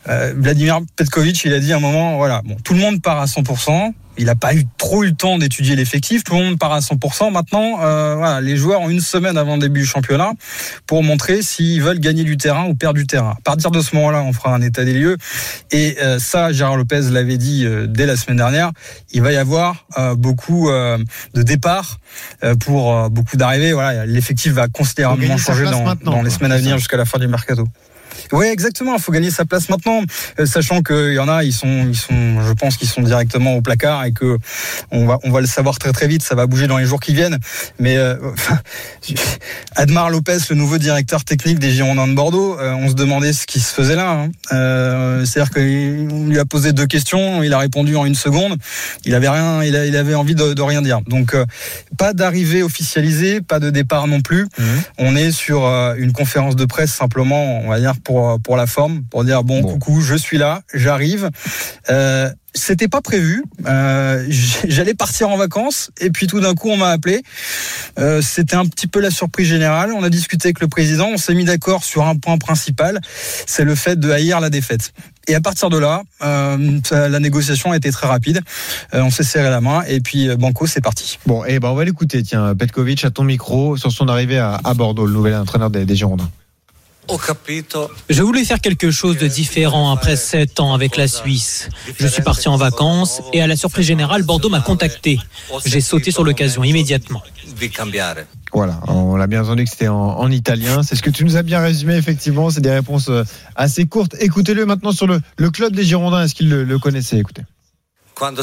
Euh, Vladimir Petkovic, il a dit à un moment, voilà, bon, tout le monde part à cent pour cent. Il n'a pas eu trop eu le temps d'étudier l'effectif. Tout le monde part à cent pour cent. Maintenant, euh, voilà, les joueurs ont une semaine avant le début du championnat pour montrer s'ils veulent gagner du terrain ou perdre du terrain. À partir de ce moment-là, on fera un état des lieux. Et euh, ça, Gérard Lopez l'avait dit euh, dès la semaine dernière. Il va y avoir euh, beaucoup euh, de départs euh, pour euh, beaucoup d'arrivées. Voilà, l'effectif va considérablement changer dans, dans les semaines à venir jusqu'à la fin du mercato. Oui, exactement. Il faut gagner sa place maintenant, euh, sachant qu'il y en a, ils sont, ils sont, je pense qu'ils sont directement au placard et que on va, on va le savoir très très vite. Ça va bouger dans les jours qui viennent. Mais euh, Admar Lopez, le nouveau directeur technique des Girondins de Bordeaux, euh, on se demandait ce qui se faisait là. Hein. Euh, c'est-à-dire qu'on lui a posé deux questions, il a répondu en une seconde. Il avait rien, il, a, il avait envie de, de rien dire. Donc euh, pas d'arrivée officialisée, pas de départ non plus. Mmh. On est sur euh, une conférence de presse simplement, on va dire pour pour la forme, pour dire bon, bon. coucou, je suis là, j'arrive. Euh, c'était pas prévu. Euh, j'allais partir en vacances et puis tout d'un coup on m'a appelé. Euh, c'était un petit peu la surprise générale. On a discuté avec le président, on s'est mis d'accord sur un point principal, c'est le fait de haïr la défaite. Et à partir de là, euh, la négociation a été très rapide. Euh, on s'est serré la main et puis banco, c'est parti. Bon, et ben on va l'écouter. Tiens, Petkovic à ton micro sur son arrivée à, à Bordeaux, le nouvel entraîneur des, des Girondins. Je voulais faire quelque chose de différent après sept ans avec la Suisse. Je suis parti en vacances et à la surprise générale, Bordeaux m'a contacté. J'ai sauté sur l'occasion immédiatement. Voilà, on l'a bien entendu que c'était en, en italien. C'est ce que tu nous as bien résumé, effectivement. C'est des réponses assez courtes. Écoutez-le maintenant sur le, le club des Girondins. Est-ce qu'il le, le connaissait? Écoutez. Quand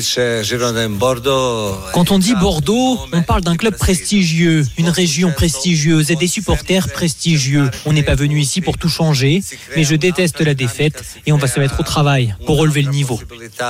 on dit Bordeaux, on parle d'un club prestigieux, une région prestigieuse et des supporters prestigieux. On n'est pas venu ici pour tout changer, mais je déteste la défaite et on va se mettre au travail pour relever le niveau.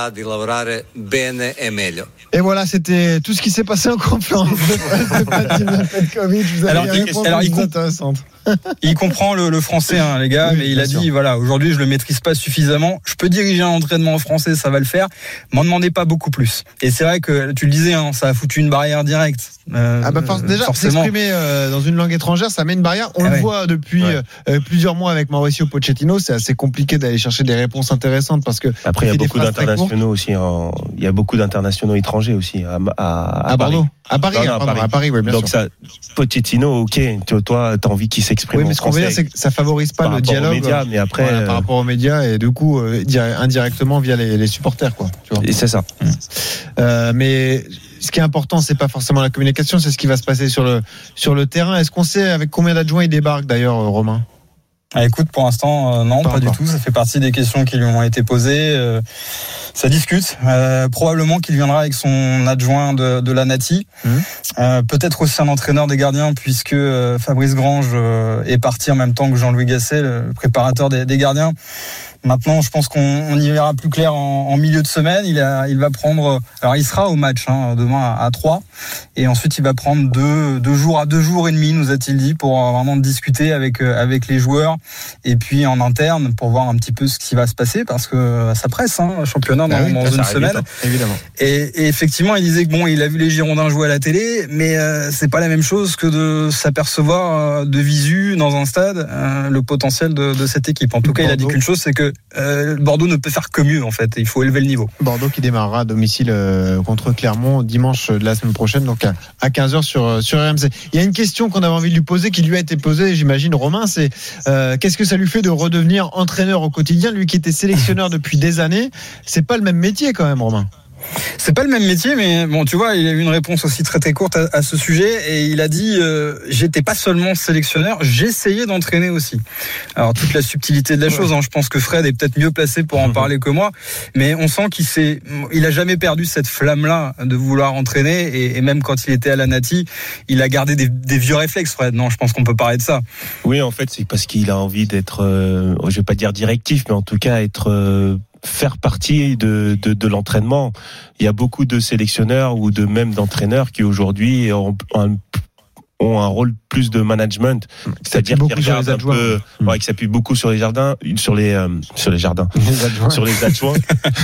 Et voilà, c'était tout ce qui s'est passé en conférence de Vladimir Petkovic. Vous avez alors, des réponses alors, il, intéressantes. Il comprend le, le français, hein, les gars, oui, mais il a dit, sûr. voilà, aujourd'hui je le maîtrise pas suffisamment. Je peux diriger un entraînement en français, ça va le faire. M'en demandez pas beaucoup plus. Et c'est vrai que tu le disais, hein, ça a foutu une barrière directe. Euh, ah bah for- déjà, forcément. S'exprimer euh, dans une langue étrangère, ça met une barrière. On ah le ouais. voit depuis ouais. euh, plusieurs mois avec Mauricio Pochettino. C'est assez compliqué d'aller chercher des réponses intéressantes parce que après il y a beaucoup d'internationaux aussi. En... Il y a beaucoup d'internationaux étrangers aussi à, à, à, à Paris. Bordeaux. À Paris, non, non, à Paris. À Paris, oui, bien Donc sûr. ça, Pochettino, ok. Toi, t'as envie qu'il s'exprime oui, en mais ce qu'on veut dire, c'est que ça favorise pas le dialogue. Médias, mais après, voilà, par rapport aux médias et du coup euh, indirectement via les, les supporters, quoi. Tu vois. Et c'est ça. Mmh. Euh, mais ce qui est important, c'est pas forcément la communication, c'est ce qui va se passer sur le sur le terrain. Est-ce qu'on sait avec combien d'adjoints il débarque d'ailleurs, Romain? Ah, écoute, pour l'instant, euh, non, pas, pas du tout. Ça fait partie des questions qui lui ont été posées. Euh, ça discute. Euh, probablement qu'il viendra avec son adjoint de, de la Nati. Mmh. Euh, peut-être aussi un entraîneur des gardiens, puisque euh, Fabrice Grange euh, est parti en même temps que Jean-Louis Gasset, le préparateur des, des gardiens. Maintenant, je pense qu'on on y verra plus clair en, en milieu de semaine. Il, a, il va prendre. Alors, il sera au match hein, demain à, à trois, et ensuite il va prendre deux, deux jours à deux jours et demi, nous a-t-il dit, pour vraiment discuter avec avec les joueurs et puis en interne pour voir un petit peu ce qui va se passer parce que ça presse, hein, le championnat dans, ah oui, dans une semaine. Vite, évidemment. Et, et effectivement, il disait que bon, il a vu les Girondins jouer à la télé, mais euh, c'est pas la même chose que de s'apercevoir euh, de visu dans un stade euh, le potentiel de, de cette équipe. En tout cas, Bordeaux. Il a dit qu'une chose, c'est que Euh, Bordeaux ne peut faire que mieux en fait, il faut élever le niveau. Bordeaux qui démarrera à domicile euh, contre Clermont dimanche de la semaine prochaine, donc à, à quinze heures sur, sur R M C. Il y a une question qu'on avait envie de lui poser qui lui a été posée, j'imagine, Romain, c'est euh, qu'est-ce que ça lui fait de redevenir entraîneur au quotidien, lui qui était sélectionneur depuis des années? C'est pas le même métier quand même, Romain. C'est pas le même métier, mais bon, tu vois, il a eu une réponse aussi très très courte à, à ce sujet et il a dit euh, j'étais pas seulement sélectionneur, j'essayais d'entraîner aussi. Alors toute la subtilité de la chose, hein, je pense que Fred est peut-être mieux placé pour en parler que moi, mais on sent qu'il s'est, il a jamais perdu cette flamme-là de vouloir entraîner et, et même quand il était à la Nati, il a gardé des, des vieux réflexes, Fred. Non, je pense qu'on peut parler de ça. Oui, en fait, c'est parce qu'il a envie d'être, euh, je vais pas dire directif, mais en tout cas être euh, faire partie de, de, de l'entraînement. Il y a beaucoup de sélectionneurs ou de même d'entraîneurs qui aujourd'hui ont un, ont un rôle plus de management, c'est-à-dire qu'ils regardent un peu, mmh. ouais, qui s'appuient beaucoup sur les jardins, sur les euh, sur les jardins, les sur les adjoints,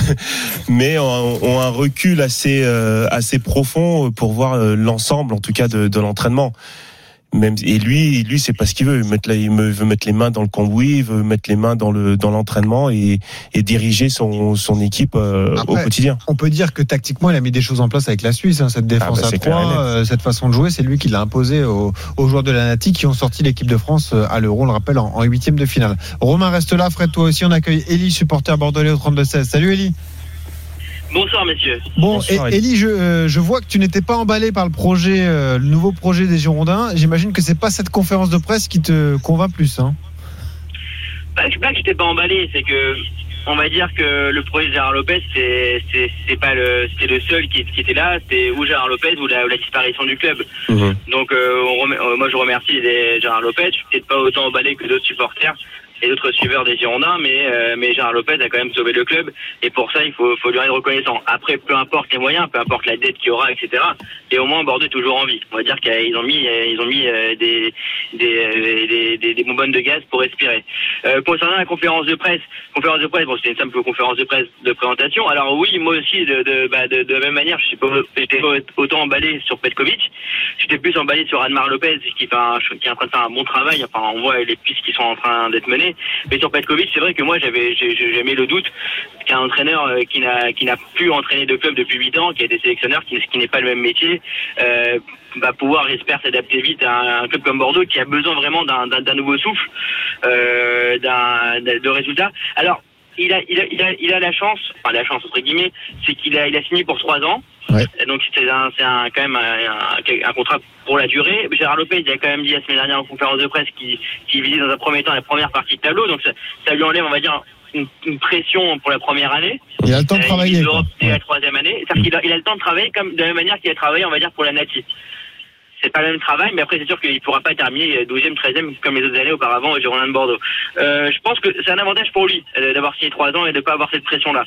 mais ont, ont un recul assez euh, assez profond pour voir l'ensemble, en tout cas de, de l'entraînement. Même et lui, lui c'est pas ce qu'il veut. Mettre, il veut mettre les mains dans le cambouis, il veut mettre les mains dans le dans l'entraînement et, et diriger son son équipe euh, Après, au quotidien. On peut dire que tactiquement, il a mis des choses en place avec la Suisse. Hein, cette défense ah bah, à trois, euh, cette façon de jouer, c'est lui qui l'a imposé aux, aux joueurs de la Nati qui ont sorti l'équipe de France à l'Euro. On le rappelle en huitième de finale. Romain reste là, Fred, toi aussi. On accueille Élie, supporter bordelais au trente-deux seize. Salut Élie. Bonsoir messieurs. Bon, Bonsoir, Élie, je, euh, je vois que tu n'étais pas emballé par le projet, euh, le nouveau projet des Girondins. J'imagine que c'est pas cette conférence de presse qui te convainc plus, hein. Bah, je sais pas que j'étais pas emballé, c'est que on va dire que le projet de Gérard Lopez, c'est c'est c'est pas le c'est le seul qui, qui était là, c'était ou Gérard Lopez ou la, ou la disparition du club. Mmh. Donc euh, on remet, euh, moi je remercie les, Gérard Lopez. Je suis peut-être pas autant emballé que d'autres supporters et d'autres suiveurs des Girondins, mais euh, mais Gérard Lopez a quand même sauvé le club et pour ça il faut faut lui être reconnaissant. Après, peu importe les moyens, peu importe la dette qu'il y aura, et cetera. Et au moins Bordeaux est toujours en vie. On va dire qu'ils ont mis ils ont mis euh, des des des des, des bonbonnes de gaz pour respirer. Euh, concernant la conférence de presse, conférence de presse, bon c'était une simple conférence de presse de présentation. Alors oui, moi aussi de de bah, de, de la même manière, je suis pas j'étais pas autant emballé sur Petkovic. J'étais plus emballé sur Admar Lopez qui fait un, qui est en train de faire un bon travail. Enfin, on voit les pistes qui sont en train d'être menées. Mais sur Petkovic, c'est vrai que moi j'avais j'ai, j'ai mis le doute qu'un entraîneur qui n'a qui n'a plus entraîné de club depuis huit ans, qui a été sélectionneur, qui, qui n'est pas le même métier, euh, va pouvoir, j'espère, s'adapter vite à un, un club comme Bordeaux qui a besoin vraiment d'un, d'un, d'un nouveau souffle, euh, d'un, de résultats. Alors il a il a il a il a la chance, enfin la chance entre guillemets, c'est qu'il a il a signé pour trois ans. Ouais. Donc c'est un, c'est un, quand même un, un, un contrat pour la durée. Gérard Lopez, il a quand même dit la semaine dernière en conférence de presse qu'il, qu'il visait dans un premier temps la première partie de tableau. Donc ça, ça lui enlève, on va dire, une, une pression pour la première année. Il a le temps de euh, travailler. Il doit opter la troisième année. C'est-à-dire qu'il a, il a le temps de travailler comme de la même manière qu'il a travaillé, on va dire, pour la Nati. C'est pas le même travail, mais après c'est sûr qu'il ne pourra pas terminer douzième, treizième comme les autres années auparavant au Girondins de Bordeaux. Euh, je pense que c'est un avantage pour lui d'avoir signé trois ans et de ne pas avoir cette pression-là.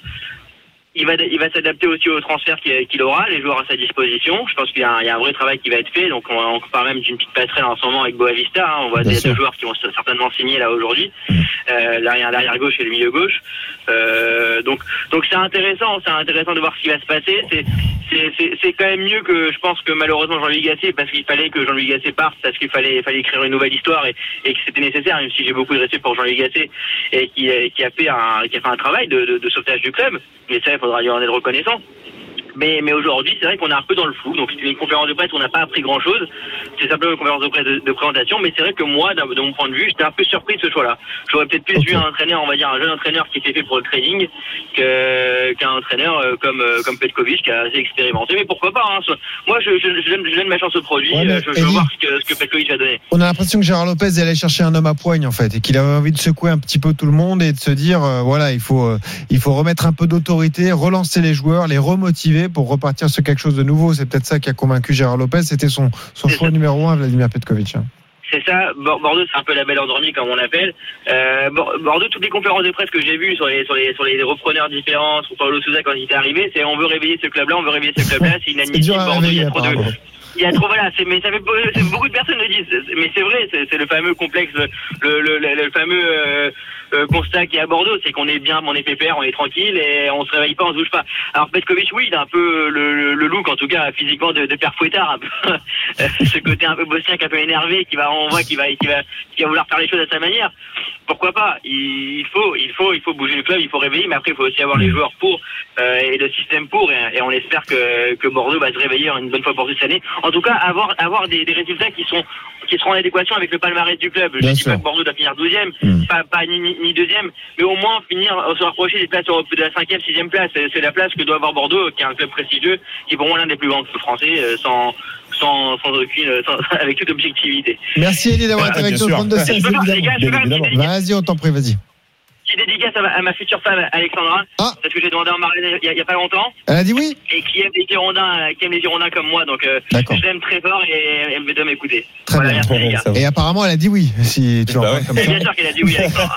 Il va, il va s'adapter aussi aux transferts qu'il, qu'il aura, les joueurs à sa disposition. Je pense qu'il y a un, il y a un vrai travail qui va être fait. Donc, on, on parle même d'une petite passerelle en ce moment avec Boavista. Hein. On voit des deux joueurs qui vont certainement signer là aujourd'hui. Euh, l'arrière, l'arrière gauche et le milieu gauche. Euh, donc, donc c'est intéressant. C'est intéressant de voir ce qui va se passer. C'est, c'est, c'est, c'est quand même mieux que, je pense que malheureusement Jean-Louis Gasset, parce qu'il fallait que Jean-Louis Gasset parte, parce qu'il fallait, il fallait écrire une nouvelle histoire et, et que c'était nécessaire. Même si j'ai beaucoup de respect pour Jean-Louis Gasset et qui, qui a fait un, qui a fait un travail de, de, de sauvetage du club. Mais ça, il faudra lui en être reconnaissant. Mais, mais aujourd'hui, c'est vrai qu'on est un peu dans le flou. Donc, c'était une conférence de presse où on n'a pas appris grand-chose. C'est simplement une conférence de presse de, de présentation. Mais c'est vrai que moi, de mon point de vue, j'étais un peu surpris de ce choix-là. J'aurais peut-être plus okay. vu un entraîneur, on va dire, un jeune entraîneur qui était fait pour le trading que, qu'un entraîneur comme, comme Petkovic qui a assez expérimenté. Mais pourquoi pas, hein. Moi, je, je, je, donne, je donne ma chance au produit. Ouais, je, je veux voir ce que, ce que Petkovic va donner. On a l'impression que Gérard Lopez allait chercher un homme à poigne, en fait, et qu'il avait envie de secouer un petit peu tout le monde et de se dire, euh, voilà, il faut, euh, il faut remettre un peu d'autorité, relancer les joueurs, les remotiver pour repartir sur quelque chose de nouveau. C'est peut-être ça qui a convaincu Gérard Lopez. C'était son, son choix ça. numéro un, Vladimir Petkovic. Hein. C'est ça. Bordeaux, c'est un peu la belle endormie, comme on l'appelle. Euh, Bordeaux, toutes les conférences de presse que j'ai vues sur les, sur les, sur les repreneurs différents, sur Paulo Sousa quand il était arrivé, c'est on veut réveiller ce club-là, on veut réveiller ce club-là, c'est inadmissible. Bordeaux, il y a trop de... Il y a trop, voilà, c'est, mais ça fait, c'est, beaucoup de personnes le disent, mais c'est vrai, c'est, c'est le fameux complexe, le, le, le, le fameux euh, euh, constat qu'il y a à Bordeaux, c'est qu'on est bien, on est pépère, on est tranquille et on se réveille pas, on se bouge pas. Alors Petkovic, oui, il a un peu le, le, le look, en tout cas physiquement, de, de père fouettard, un peu, ce côté un peu bosnien, un peu énervé, qui va, on voit, qui va, qui va, qui va vouloir faire les choses à sa manière. Pourquoi pas? Il faut, il faut, il faut bouger le club, il faut réveiller, mais après il faut aussi avoir les joueurs pour euh, et le système pour, et, et on espère que, que Bordeaux va se réveiller une bonne fois pour toutes cette année. En tout cas, avoir avoir des, des résultats qui sont qui seront en adéquation avec le palmarès du club. Je ne dis pas que Bordeaux doit finir douzième, mmh. pas, pas ni, ni deuxième, mais au moins finir, se rapprocher des places de la cinquième, sixième place. C'est, c'est la place que doit avoir Bordeaux, qui est un club prestigieux, qui est pour moi l'un des plus grands clubs français, sans sans sans aucune, sans, avec toute objectivité. Merci Elie d'avoir été avec nous au trente-deux seize. Vas-y, on t'en prie, vas-y. Petite dédicace à ma, à ma future femme Alexandra, ah. parce que j'ai demandé en mariage il n'y a, a pas longtemps. Elle a dit oui. Et qui aime les Girondins, qui aime les Girondins comme moi, donc euh, je l'aime très fort et elle me doit m'écouter. Très voilà, bien. Merci, et apparemment elle a dit oui, si tu en parles comme ça. Bien sûr qu'elle a dit oui, Alexandra.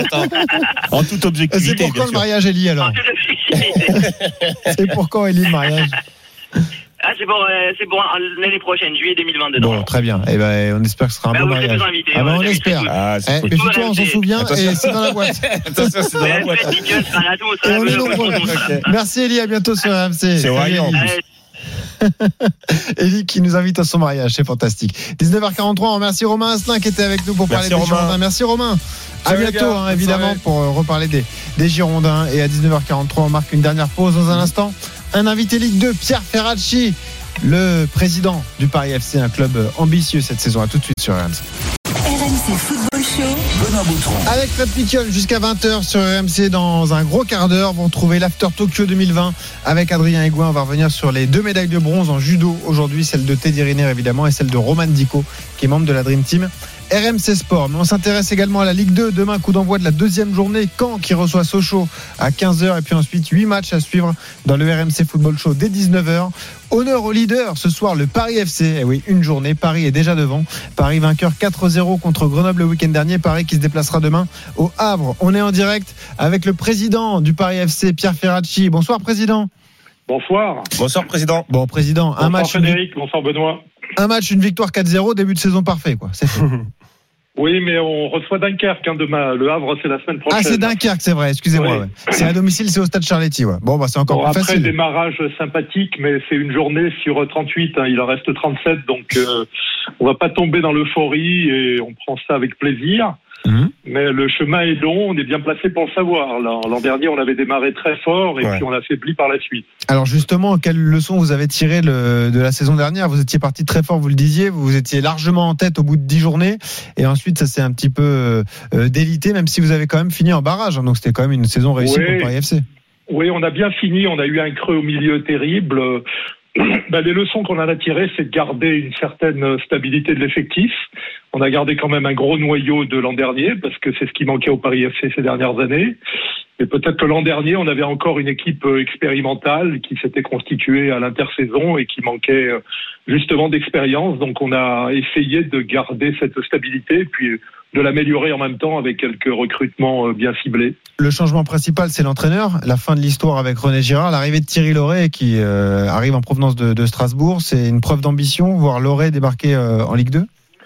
En toute objectivité. C'est pourquoi le mariage, Elie, alors? En toute objectivité. C'est pourquoi Elie le mariage? Ah, c'est pour, euh, c'est pour l'année prochaine, juillet deux mille vingt-deux. Bon, très bien. Et eh ben, on espère que ce sera un bah, bon mariage. Invités, ah, ben, on, on espère. Ah, c'est eh, mais toi, on s'en souvient et c'est dans la boîte. Attention, c'est dans la boîte. Et on est nombreux. Merci, Elie. À bientôt sur R M C. C'est Orion. Elie qui nous invite à son mariage, c'est fantastique. dix-neuf heures quarante-trois, on remercie Romain Asselin qui était avec nous pour Merci parler des Romain. Girondins. Merci Romain. À Salut bientôt, gars, hein, évidemment, pour euh, reparler des, des Girondins. Et à dix-neuf heures quarante-trois, on marque une dernière pause dans un instant. Un invité Ligue deux, Pierre Ferracci, le président du Paris F C, un club ambitieux cette saison. À tout de suite sur R M C. R M C Football Show. Benoît Boutron. Avec Fred Piquion jusqu'à vingt heures sur R M C. Dans un gros quart d'heure, vont trouver l'After Tokyo deux mille vingt avec Adrien Higuin. On va revenir sur les deux médailles de bronze en judo aujourd'hui, celle de Teddy Riner évidemment et celle de Roman Dico qui est membre de la Dream Team R M C Sport. Mais on s'intéresse également à la Ligue deux. Demain, coup d'envoi de la deuxième journée. Caen qui reçoit Sochaux à quinze heures. Et puis ensuite, huit matchs à suivre dans le R M C Football Show dès dix-neuf heures. Honneur au leader ce soir, le Paris F C. Eh oui, une journée. Paris est déjà devant. Paris vainqueur quatre zéro contre Grenoble le week-end dernier. Paris qui se déplacera demain au Havre. On est en direct avec le président du Paris F C, Pierre Ferracci. Bonsoir, président. Bonsoir. Bonsoir, président. Bon, président, bonsoir un match. Frédéric, bonsoir Benoît. Un match, une victoire quatre zéro, début de saison parfait, quoi. C'est fait. Oui, mais on reçoit Dunkerque hein, demain. Le Havre, c'est la semaine prochaine. Ah, c'est Dunkerque, c'est vrai, excusez-moi. Oui. Ouais. C'est à domicile, c'est au stade Charletti. Ouais. Bon, bah, c'est encore bon, plus après, facile. Après, démarrage sympathique, mais c'est une journée sur trente-huit. Hein, il en reste trente-sept, donc euh, on va pas tomber dans l'euphorie et on prend ça avec plaisir. Mmh. Mais le chemin est long, on est bien placé pour le savoir. L'an, l'an dernier, on avait démarré très fort et ouais. puis on a affaibli par la suite. Alors justement, quelle leçon vous avez tiré le, de la saison dernière ? Vous étiez parti très fort, vous le disiez, vous étiez largement en tête au bout de dix journées et ensuite ça s'est un petit peu euh, délité, même si vous avez quand même fini en barrage. Hein, donc c'était quand même une saison réussie oui. pour le Paris F C. Oui, on a bien fini, on a eu un creux au milieu terrible. Ben, les leçons qu'on en a tirées, c'est de garder une certaine stabilité de l'effectif. On a gardé quand même un gros noyau de l'an dernier, parce que c'est ce qui manquait au Paris F C ces dernières années. Et peut-être que l'an dernier, on avait encore une équipe expérimentale qui s'était constituée à l'intersaison et qui manquait justement d'expérience. Donc on a essayé de garder cette stabilité et puis de l'améliorer en même temps avec quelques recrutements bien ciblés. Le changement principal, c'est l'entraîneur. La fin de l'histoire avec René Girard, l'arrivée de Thierry Laurey qui euh, arrive en provenance de, de Strasbourg, c'est une preuve d'ambition, voir Laurey débarquer euh, en Ligue deux.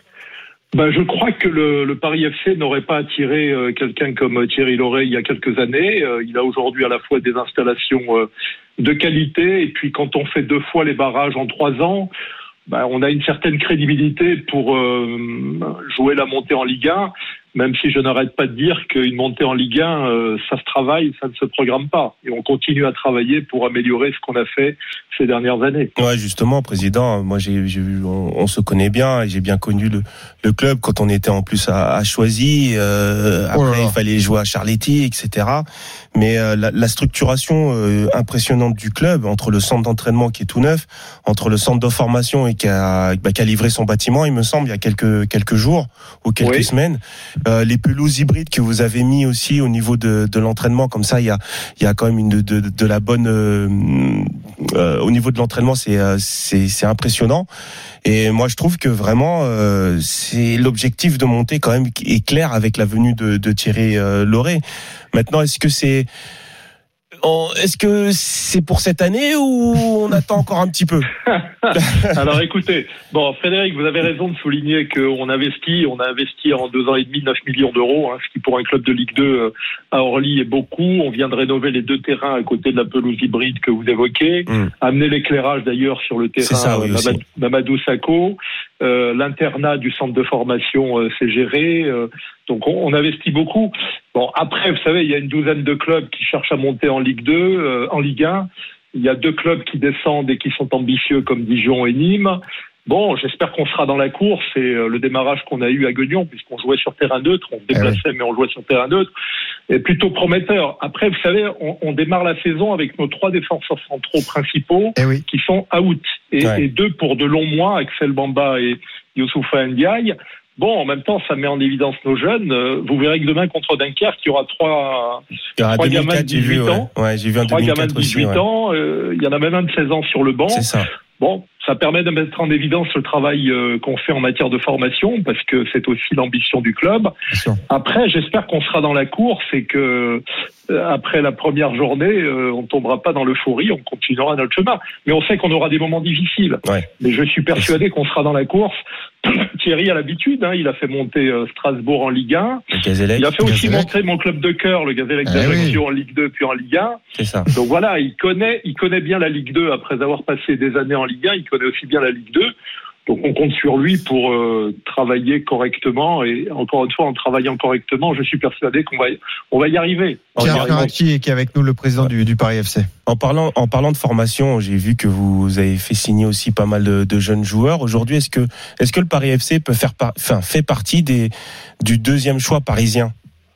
Ben, je crois que le, le Paris F C n'aurait pas attiré euh, quelqu'un comme Thierry Laurey il y a quelques années. Euh, il a aujourd'hui à la fois des installations euh, de qualité et puis quand on fait deux fois les barrages en trois ans, ben, on a une certaine crédibilité pour euh, jouer la montée en Ligue un, même si je n'arrête pas de dire qu'une montée en Ligue un, euh, ça se travaille, ça ne se programme pas. Et on continue à travailler pour améliorer ce qu'on a fait ces dernières années. Ouais, justement, président, moi j'ai, j'ai vu, on, on se connaît bien, et j'ai bien connu le, le club quand on était en plus à, à Choisy. Euh, après, oh il fallait jouer à Charletti, et cetera. Mais euh, la, la structuration euh, impressionnante du club, entre le centre d'entraînement qui est tout neuf, entre le centre de formation et qui a, bah, qui a livré son bâtiment, il me semble, il y a quelques quelques jours ou quelques oui. semaines. Euh, les pelouses hybrides que vous avez mis aussi au niveau de, de l'entraînement, comme ça, il y a, il y a quand même une de, de, de la bonne. Euh, euh, au niveau de l'entraînement, c'est, c'est, c'est impressionnant. Et moi, je trouve que vraiment, euh, c'est l'objectif de monter quand même est clair avec la venue de, de Thierry euh, Laurey. Maintenant, est-ce que c'est Est-ce que c'est pour cette année ou on attend encore un petit peu? Alors écoutez, bon Frédéric, vous avez raison de souligner qu'on investit, on a investi en deux ans et demi neuf millions d'euros, hein, ce qui pour un club de Ligue deux à Orly est beaucoup. On vient de rénover les deux terrains à côté de la pelouse hybride que vous évoquez, mmh. amener l'éclairage d'ailleurs sur le terrain ça, oui, Mamadou, Mamadou Sakho, euh, l'internat du centre de formation euh, c'est géré, euh, donc on, on investit beaucoup. Bon, après, vous savez, il y a une douzaine de clubs qui cherchent à monter en Ligue deux, euh, en Ligue un. Il y a deux clubs qui descendent et qui sont ambitieux comme Dijon et Nîmes. Bon, j'espère qu'on sera dans la course et euh, le démarrage qu'on a eu à Guignon, puisqu'on jouait sur terrain neutre, on se déplaçait eh oui. mais on jouait sur terrain neutre, est plutôt prometteur. Après, vous savez, on, on démarre la saison avec nos trois défenseurs centraux principaux eh oui. qui sont out. Et, ouais. et deux pour de longs mois, Axel Bamba et Youssoufa Ndiaye. Bon, en même temps, ça met en évidence nos jeunes. Vous verrez que demain, contre Dunkerque, il y aura trois, trois gamins de dix-huit vu, ans. Ouais. Ouais, j'ai vu un trois gamins de dix-huit aussi, ans. Ouais. Euh, il y en a même un de seize ans sur le banc. C'est ça. Bon, ça permet de mettre en évidence le travail euh, qu'on fait en matière de formation, parce que c'est aussi l'ambition du club. Après, j'espère qu'on sera dans la course et que euh, après la première journée, euh, on tombera pas dans l'euphorie, on continuera notre chemin. Mais on sait qu'on aura des moments difficiles. Ouais. Mais je suis persuadé qu'on sera dans la course. Thierry a l'habitude, hein, il a fait monter euh, Strasbourg en Ligue un. Il a fait aussi Gazélec. monter mon club de cœur, le Gazélec Eh d'Ajaccio oui. en Ligue deux puis en Ligue un. C'est ça. Donc voilà, il connaît, il connaît bien la Ligue deux après avoir passé des années en Ligue un. Il connaît aussi bien la Ligue deux. Donc on compte sur lui pour euh, travailler correctement. Et encore une fois, en travaillant correctement, je suis persuadé qu'on va, on va y arriver. Pierre Ferracci qui est avec nous, le président du, du Paris F C. En parlant, en parlant de formation, j'ai vu que vous avez fait signer aussi pas mal de, de jeunes joueurs. Aujourd'hui, est-ce que, est-ce que le Paris F C peut faire, par, enfin, fait partie des, du deuxième choix parisien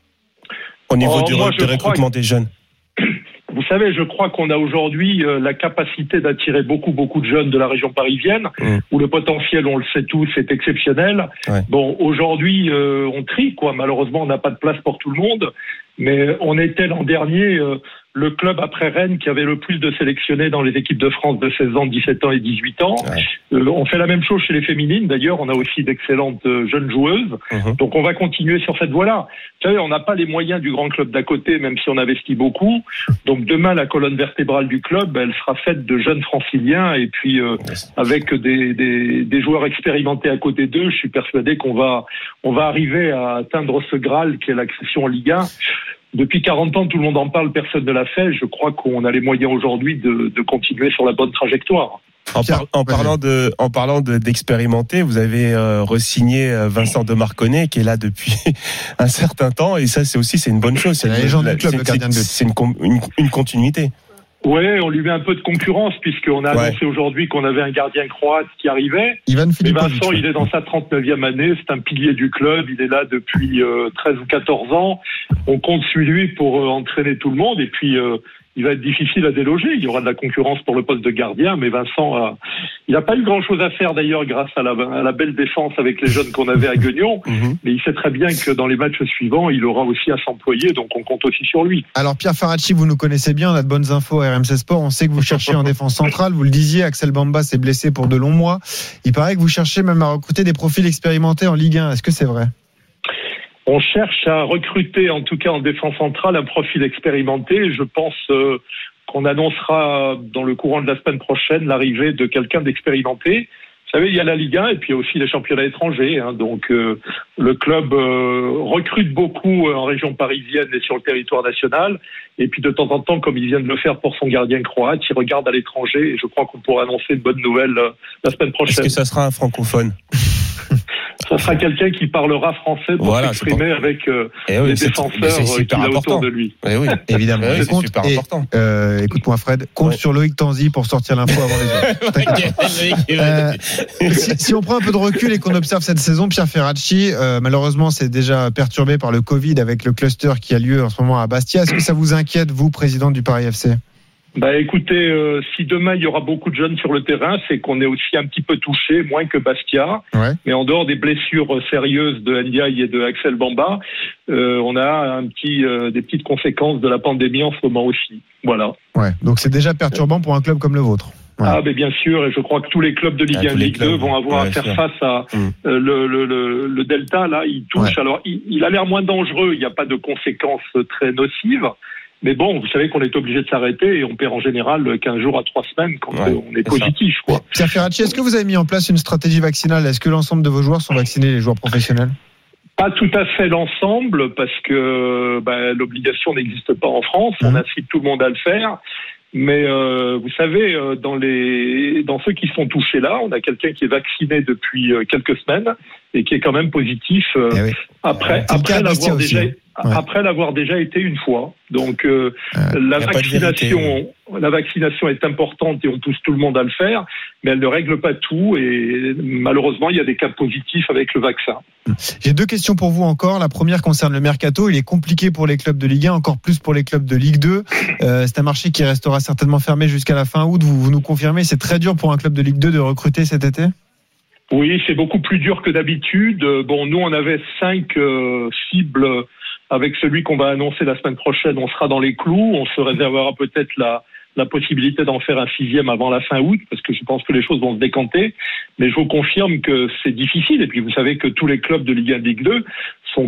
au niveau Oh, du, moi, du je recrutement crois- des jeunes? Vous savez, je crois qu'on a aujourd'hui euh, la capacité d'attirer beaucoup, beaucoup de jeunes de la région parisienne, Mmh. où le potentiel, on le sait tous, est exceptionnel. Ouais. Bon, aujourd'hui, euh, on trie, quoi. Malheureusement, on n'a pas de place pour tout le monde. Mais on était l'an dernier euh, le club après Rennes qui avait le plus de sélectionnés dans les équipes de France de seize ans, dix-sept ans et dix-huit ans. Ouais. Euh, on fait la même chose chez les féminines. D'ailleurs, on a aussi d'excellentes euh, jeunes joueuses. Mmh. Donc on va continuer sur cette voie-là. Vous savez, on n'a pas les moyens du grand club d'à côté, même si on investit beaucoup. Donc demain, la colonne vertébrale du club, elle sera faite de jeunes franciliens et puis euh, avec des, des, des joueurs expérimentés à côté d'eux, je suis persuadé qu'on va, on va arriver à atteindre ce Graal qui est l'accession en Ligue un. Depuis quarante ans, tout le monde en parle, personne ne l'a fait. Je crois qu'on a les moyens aujourd'hui de, de continuer sur la bonne trajectoire. En, par, en parlant de, en parlant de, d'expérimenter, vous avez euh, re-signé euh, Vincent de Marconnet qui est là depuis un certain temps et ça c'est aussi c'est une bonne chose. C'est la une, légende la, du club, c'est, le gardien de but. c'est une, une, une continuité. Ouais, on lui met un peu de concurrence puisqu'on a Ouais. annoncé aujourd'hui qu'on avait un gardien croate qui arrivait. Ivan Mais Filipovic. Vincent, il est dans sa trente-neuvième année, c'est un pilier du club, il est là depuis euh, treize ou quatorze ans. On compte sur lui pour euh, entraîner tout le monde et puis euh, il va être difficile à déloger. Il y aura de la concurrence pour le poste de gardien, mais Vincent, a, il n'a pas eu grand-chose à faire d'ailleurs grâce à la, à la belle défense avec les jeunes qu'on avait à Guignon. Mm-hmm. Mais il sait très bien que dans les matchs suivants, il aura aussi à s'employer, donc on compte aussi sur lui. Alors Pierre Ferracci, vous nous connaissez bien, on a de bonnes infos à R M C Sport. On sait que vous cherchez en défense centrale. Vous le disiez, Axel Bamba s'est blessé pour de longs mois. Il paraît que vous cherchez même à recruter des profils expérimentés en Ligue un. Est-ce que c'est vrai ? On cherche à recruter, en tout cas en défense centrale, un profil expérimenté. Je pense euh, qu'on annoncera dans le courant de la semaine prochaine l'arrivée de quelqu'un d'expérimenté. Vous savez, il y a la Ligue un et puis il y a aussi les championnats étrangers. Hein, donc euh, le club euh, recrute beaucoup en région parisienne et sur le territoire national. Et puis de temps en temps, comme il vient de le faire pour son gardien croate, il regarde à l'étranger. Et je crois qu'on pourra annoncer une bonne nouvelle euh, la semaine prochaine. Est-ce que ça sera un francophone? Ça sera quelqu'un qui parlera français pour voilà, s'exprimer avec euh, eh oui, les c'est, défenseurs c'est euh, qu'il a important. autour de lui. Eh oui. Évidemment. Eh oui, Et c'est compte- super et, important. euh, écoute-moi Fred, compte Ouais. sur Loïc Tanzi pour sortir l'info avant les autres. T'inquiète pas. Euh, si, si on prend un peu de recul et qu'on observe cette saison, Pierre Ferracci, euh, malheureusement, c'est déjà perturbé par le Covid avec le cluster qui a lieu en ce moment à Bastia. Est-ce que ça vous inquiète, vous, président du Paris F C ? Bah écoutez, euh, si demain il y aura beaucoup de jeunes sur le terrain, c'est qu'on est aussi un petit peu touché, moins que Bastia. Ouais. Mais en dehors des blessures sérieuses de Ndiaye et de Axel Bamba, euh, on a un petit, euh, des petites conséquences de la pandémie en ce moment aussi. Voilà. Ouais. Donc c'est déjà perturbant pour un club comme le vôtre. Ouais. Ah, mais bien sûr, et je crois que tous les clubs de Ligue Ah, un tous et les Ligue deux clubs, vont avoir ouais, à faire sûr. face à Mm. euh, le, le, le, le Delta. Là, il touche. Ouais. Alors, il, il a l'air moins dangereux. Il n'y a pas de conséquences très nocives. Mais bon, vous savez qu'on est obligé de s'arrêter et on perd en général quinze jours à trois semaines quand Ouais, on est c'est positif, quoi. Pierre Ferracci, est-ce que vous avez mis en place une stratégie vaccinale ? Est-ce que l'ensemble de vos joueurs sont vaccinés, les joueurs professionnels ? Pas tout à fait l'ensemble, parce que bah, l'obligation n'existe pas en France. On incite tout le monde à le faire. Mais euh, vous savez, euh, dans les dans ceux qui sont touchés là, on a quelqu'un qui est vacciné depuis euh, quelques semaines et qui est quand même positif euh, Eh oui. après C'est le cas après à Bastia l'avoir aussi, déjà hein. Ouais. après l'avoir déjà été une fois. Donc euh, Euh, la y a pas de vérité. vaccination la vaccination est importante et on pousse tout le monde à le faire, mais elle ne règle pas tout et malheureusement il y a des cas positifs avec le vaccin. J'ai deux questions pour vous encore. La première concerne le mercato. Il est compliqué pour les clubs de Ligue un, encore plus pour les clubs de Ligue deux. Euh, c'est un marché qui restera certainement fermé jusqu'à la fin août. Vous, vous nous confirmez, c'est très dur pour un club de Ligue deux de recruter cet été ? Oui, c'est beaucoup plus dur que d'habitude. Euh, Bon, nous, on avait cinq euh, cibles. Avec celui qu'on va annoncer la semaine prochaine, on sera dans les clous. On se réservera peut-être la, la possibilité d'en faire un sixième avant la fin août, parce que je pense que les choses vont se décanter. Mais je vous confirme que c'est difficile. Et puis vous savez que tous les clubs de Ligue un, Ligue deux sont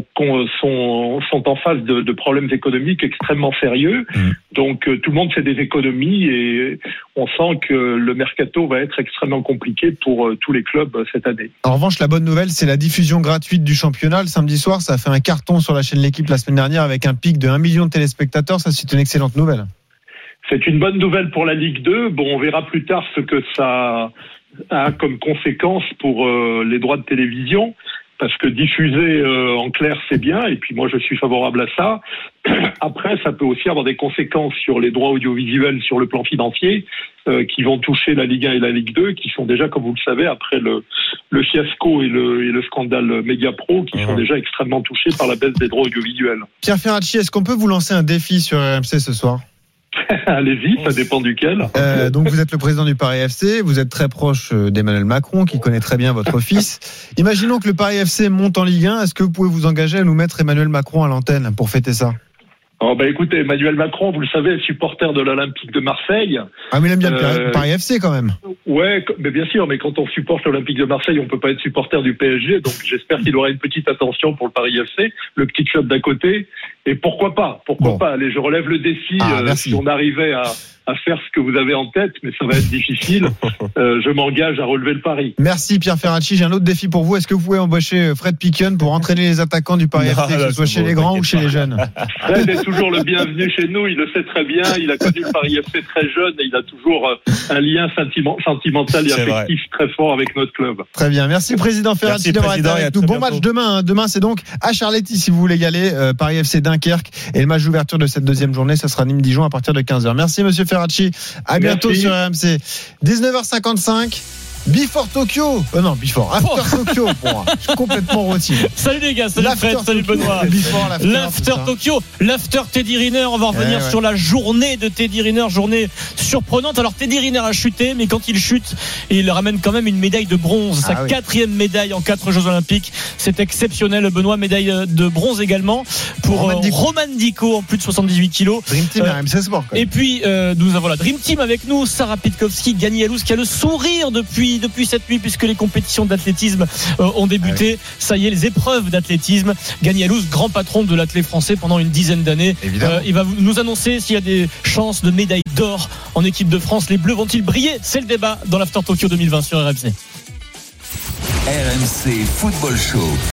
sont sont en face de, de problèmes économiques extrêmement sérieux. Mmh. Donc euh, tout le monde fait des économies et on sent que le mercato va être extrêmement compliqué pour euh, tous les clubs euh, cette année. En revanche, la bonne nouvelle, c'est la diffusion gratuite du championnat. Le samedi soir, ça a fait un carton sur la chaîne L'Équipe la semaine dernière avec un pic de un million de téléspectateurs. Ça, c'est une excellente nouvelle. C'est une bonne nouvelle pour la Ligue deux. Bon, on verra plus tard ce que ça a comme conséquence pour euh, les droits de télévision. Parce que diffuser euh, en clair, c'est bien, et puis moi je suis favorable à ça. Après, ça peut aussi avoir des conséquences sur les droits audiovisuels sur le plan financier, euh, qui vont toucher la Ligue un et la Ligue deux, qui sont déjà, comme vous le savez, après le, le fiasco et le, et le scandale Mediapro, qui mmh. sont déjà extrêmement touchés par la baisse des droits audiovisuels. Pierre Ferracci, est-ce qu'on peut vous lancer un défi sur R M C ce soir ? Allez-y, ça dépend duquel. Euh, donc vous êtes le président du Paris F C, vous êtes très proche d'Emmanuel Macron, qui connaît très bien votre fils. Imaginons que le Paris F C monte en Ligue un, est-ce que vous pouvez vous engager à nous mettre Emmanuel Macron à l'antenne pour fêter ça ? Oh bah écoutez, Emmanuel Macron, vous le savez, est supporter de l'Olympique de Marseille. Ah mais il aime bien euh, le Paris F C quand même. Ouais, mais bien sûr, mais quand on supporte l'Olympique de Marseille, on peut pas être supporter du P S G, donc j'espère qu'il aura une petite attention pour le Paris F C, le petit club d'à côté. Et pourquoi pas, pourquoi bon. pas. Allez, je relève le défi ah, euh, si on arrivait à, à faire ce que vous avez en tête, mais ça va être difficile. euh, je m'engage à relever le pari. Merci Pierre Ferracci. J'ai un autre défi pour vous. Est-ce que vous pouvez embaucher Fred Piquion pour entraîner les attaquants du Paris F C, que ce soit chez les grands ou chez les jeunes ? Fred est toujours le bienvenu chez nous. Il le sait très bien. Il a connu le Paris F C très jeune et il a toujours un lien sentiment, sentimental et c'est affectif vrai. Très fort avec notre club. Très bien. Merci président Ferracci d'avoir été avec nous. Bon match demain. Demain, c'est donc à Charletti si vous voulez y aller. Euh, Paris F C Dunkerque et le match d'ouverture de cette deuxième journée, ça sera Nîmes-Dijon à partir de quinze heures. Merci monsieur Ferracci. À bientôt Merci. Sur R M C. dix-neuf heures cinquante-cinq. Before Tokyo. Euh non, Before. After oh. Tokyo pour moi. Je suis complètement rôti. Salut les gars, salut Fred, salut Benoît. Before, l'after, l'after Tokyo, l'after Teddy Riner. On va revenir eh ouais. sur la journée de Teddy Riner, journée surprenante. Alors Teddy Riner a chuté, mais quand il chute, il ramène quand même une médaille de bronze. Sa ah, oui. quatrième médaille en quatre Jeux Olympiques. C'est exceptionnel, Benoît. Médaille de bronze également pour Roman Dico, Roman Dico en plus de soixante-dix-huit kilos. Dream Team euh, R M C Sport. Et puis euh, nous avons la Dream Team avec nous. Sarah Pitkowski, Gany Alouz qui a le sourire depuis depuis cette nuit puisque les compétitions d'athlétisme euh, ont débuté. Ouais. Ça y est, les épreuves d'athlétisme. Gany Alouz, grand patron de l'athlé français pendant une dizaine d'années. Euh, il va nous annoncer s'il y a des chances de médaille d'or en équipe de France. Les Bleus vont-ils briller ? C'est le débat dans l'After Tokyo deux mille vingt sur R M C. R M C Football Show.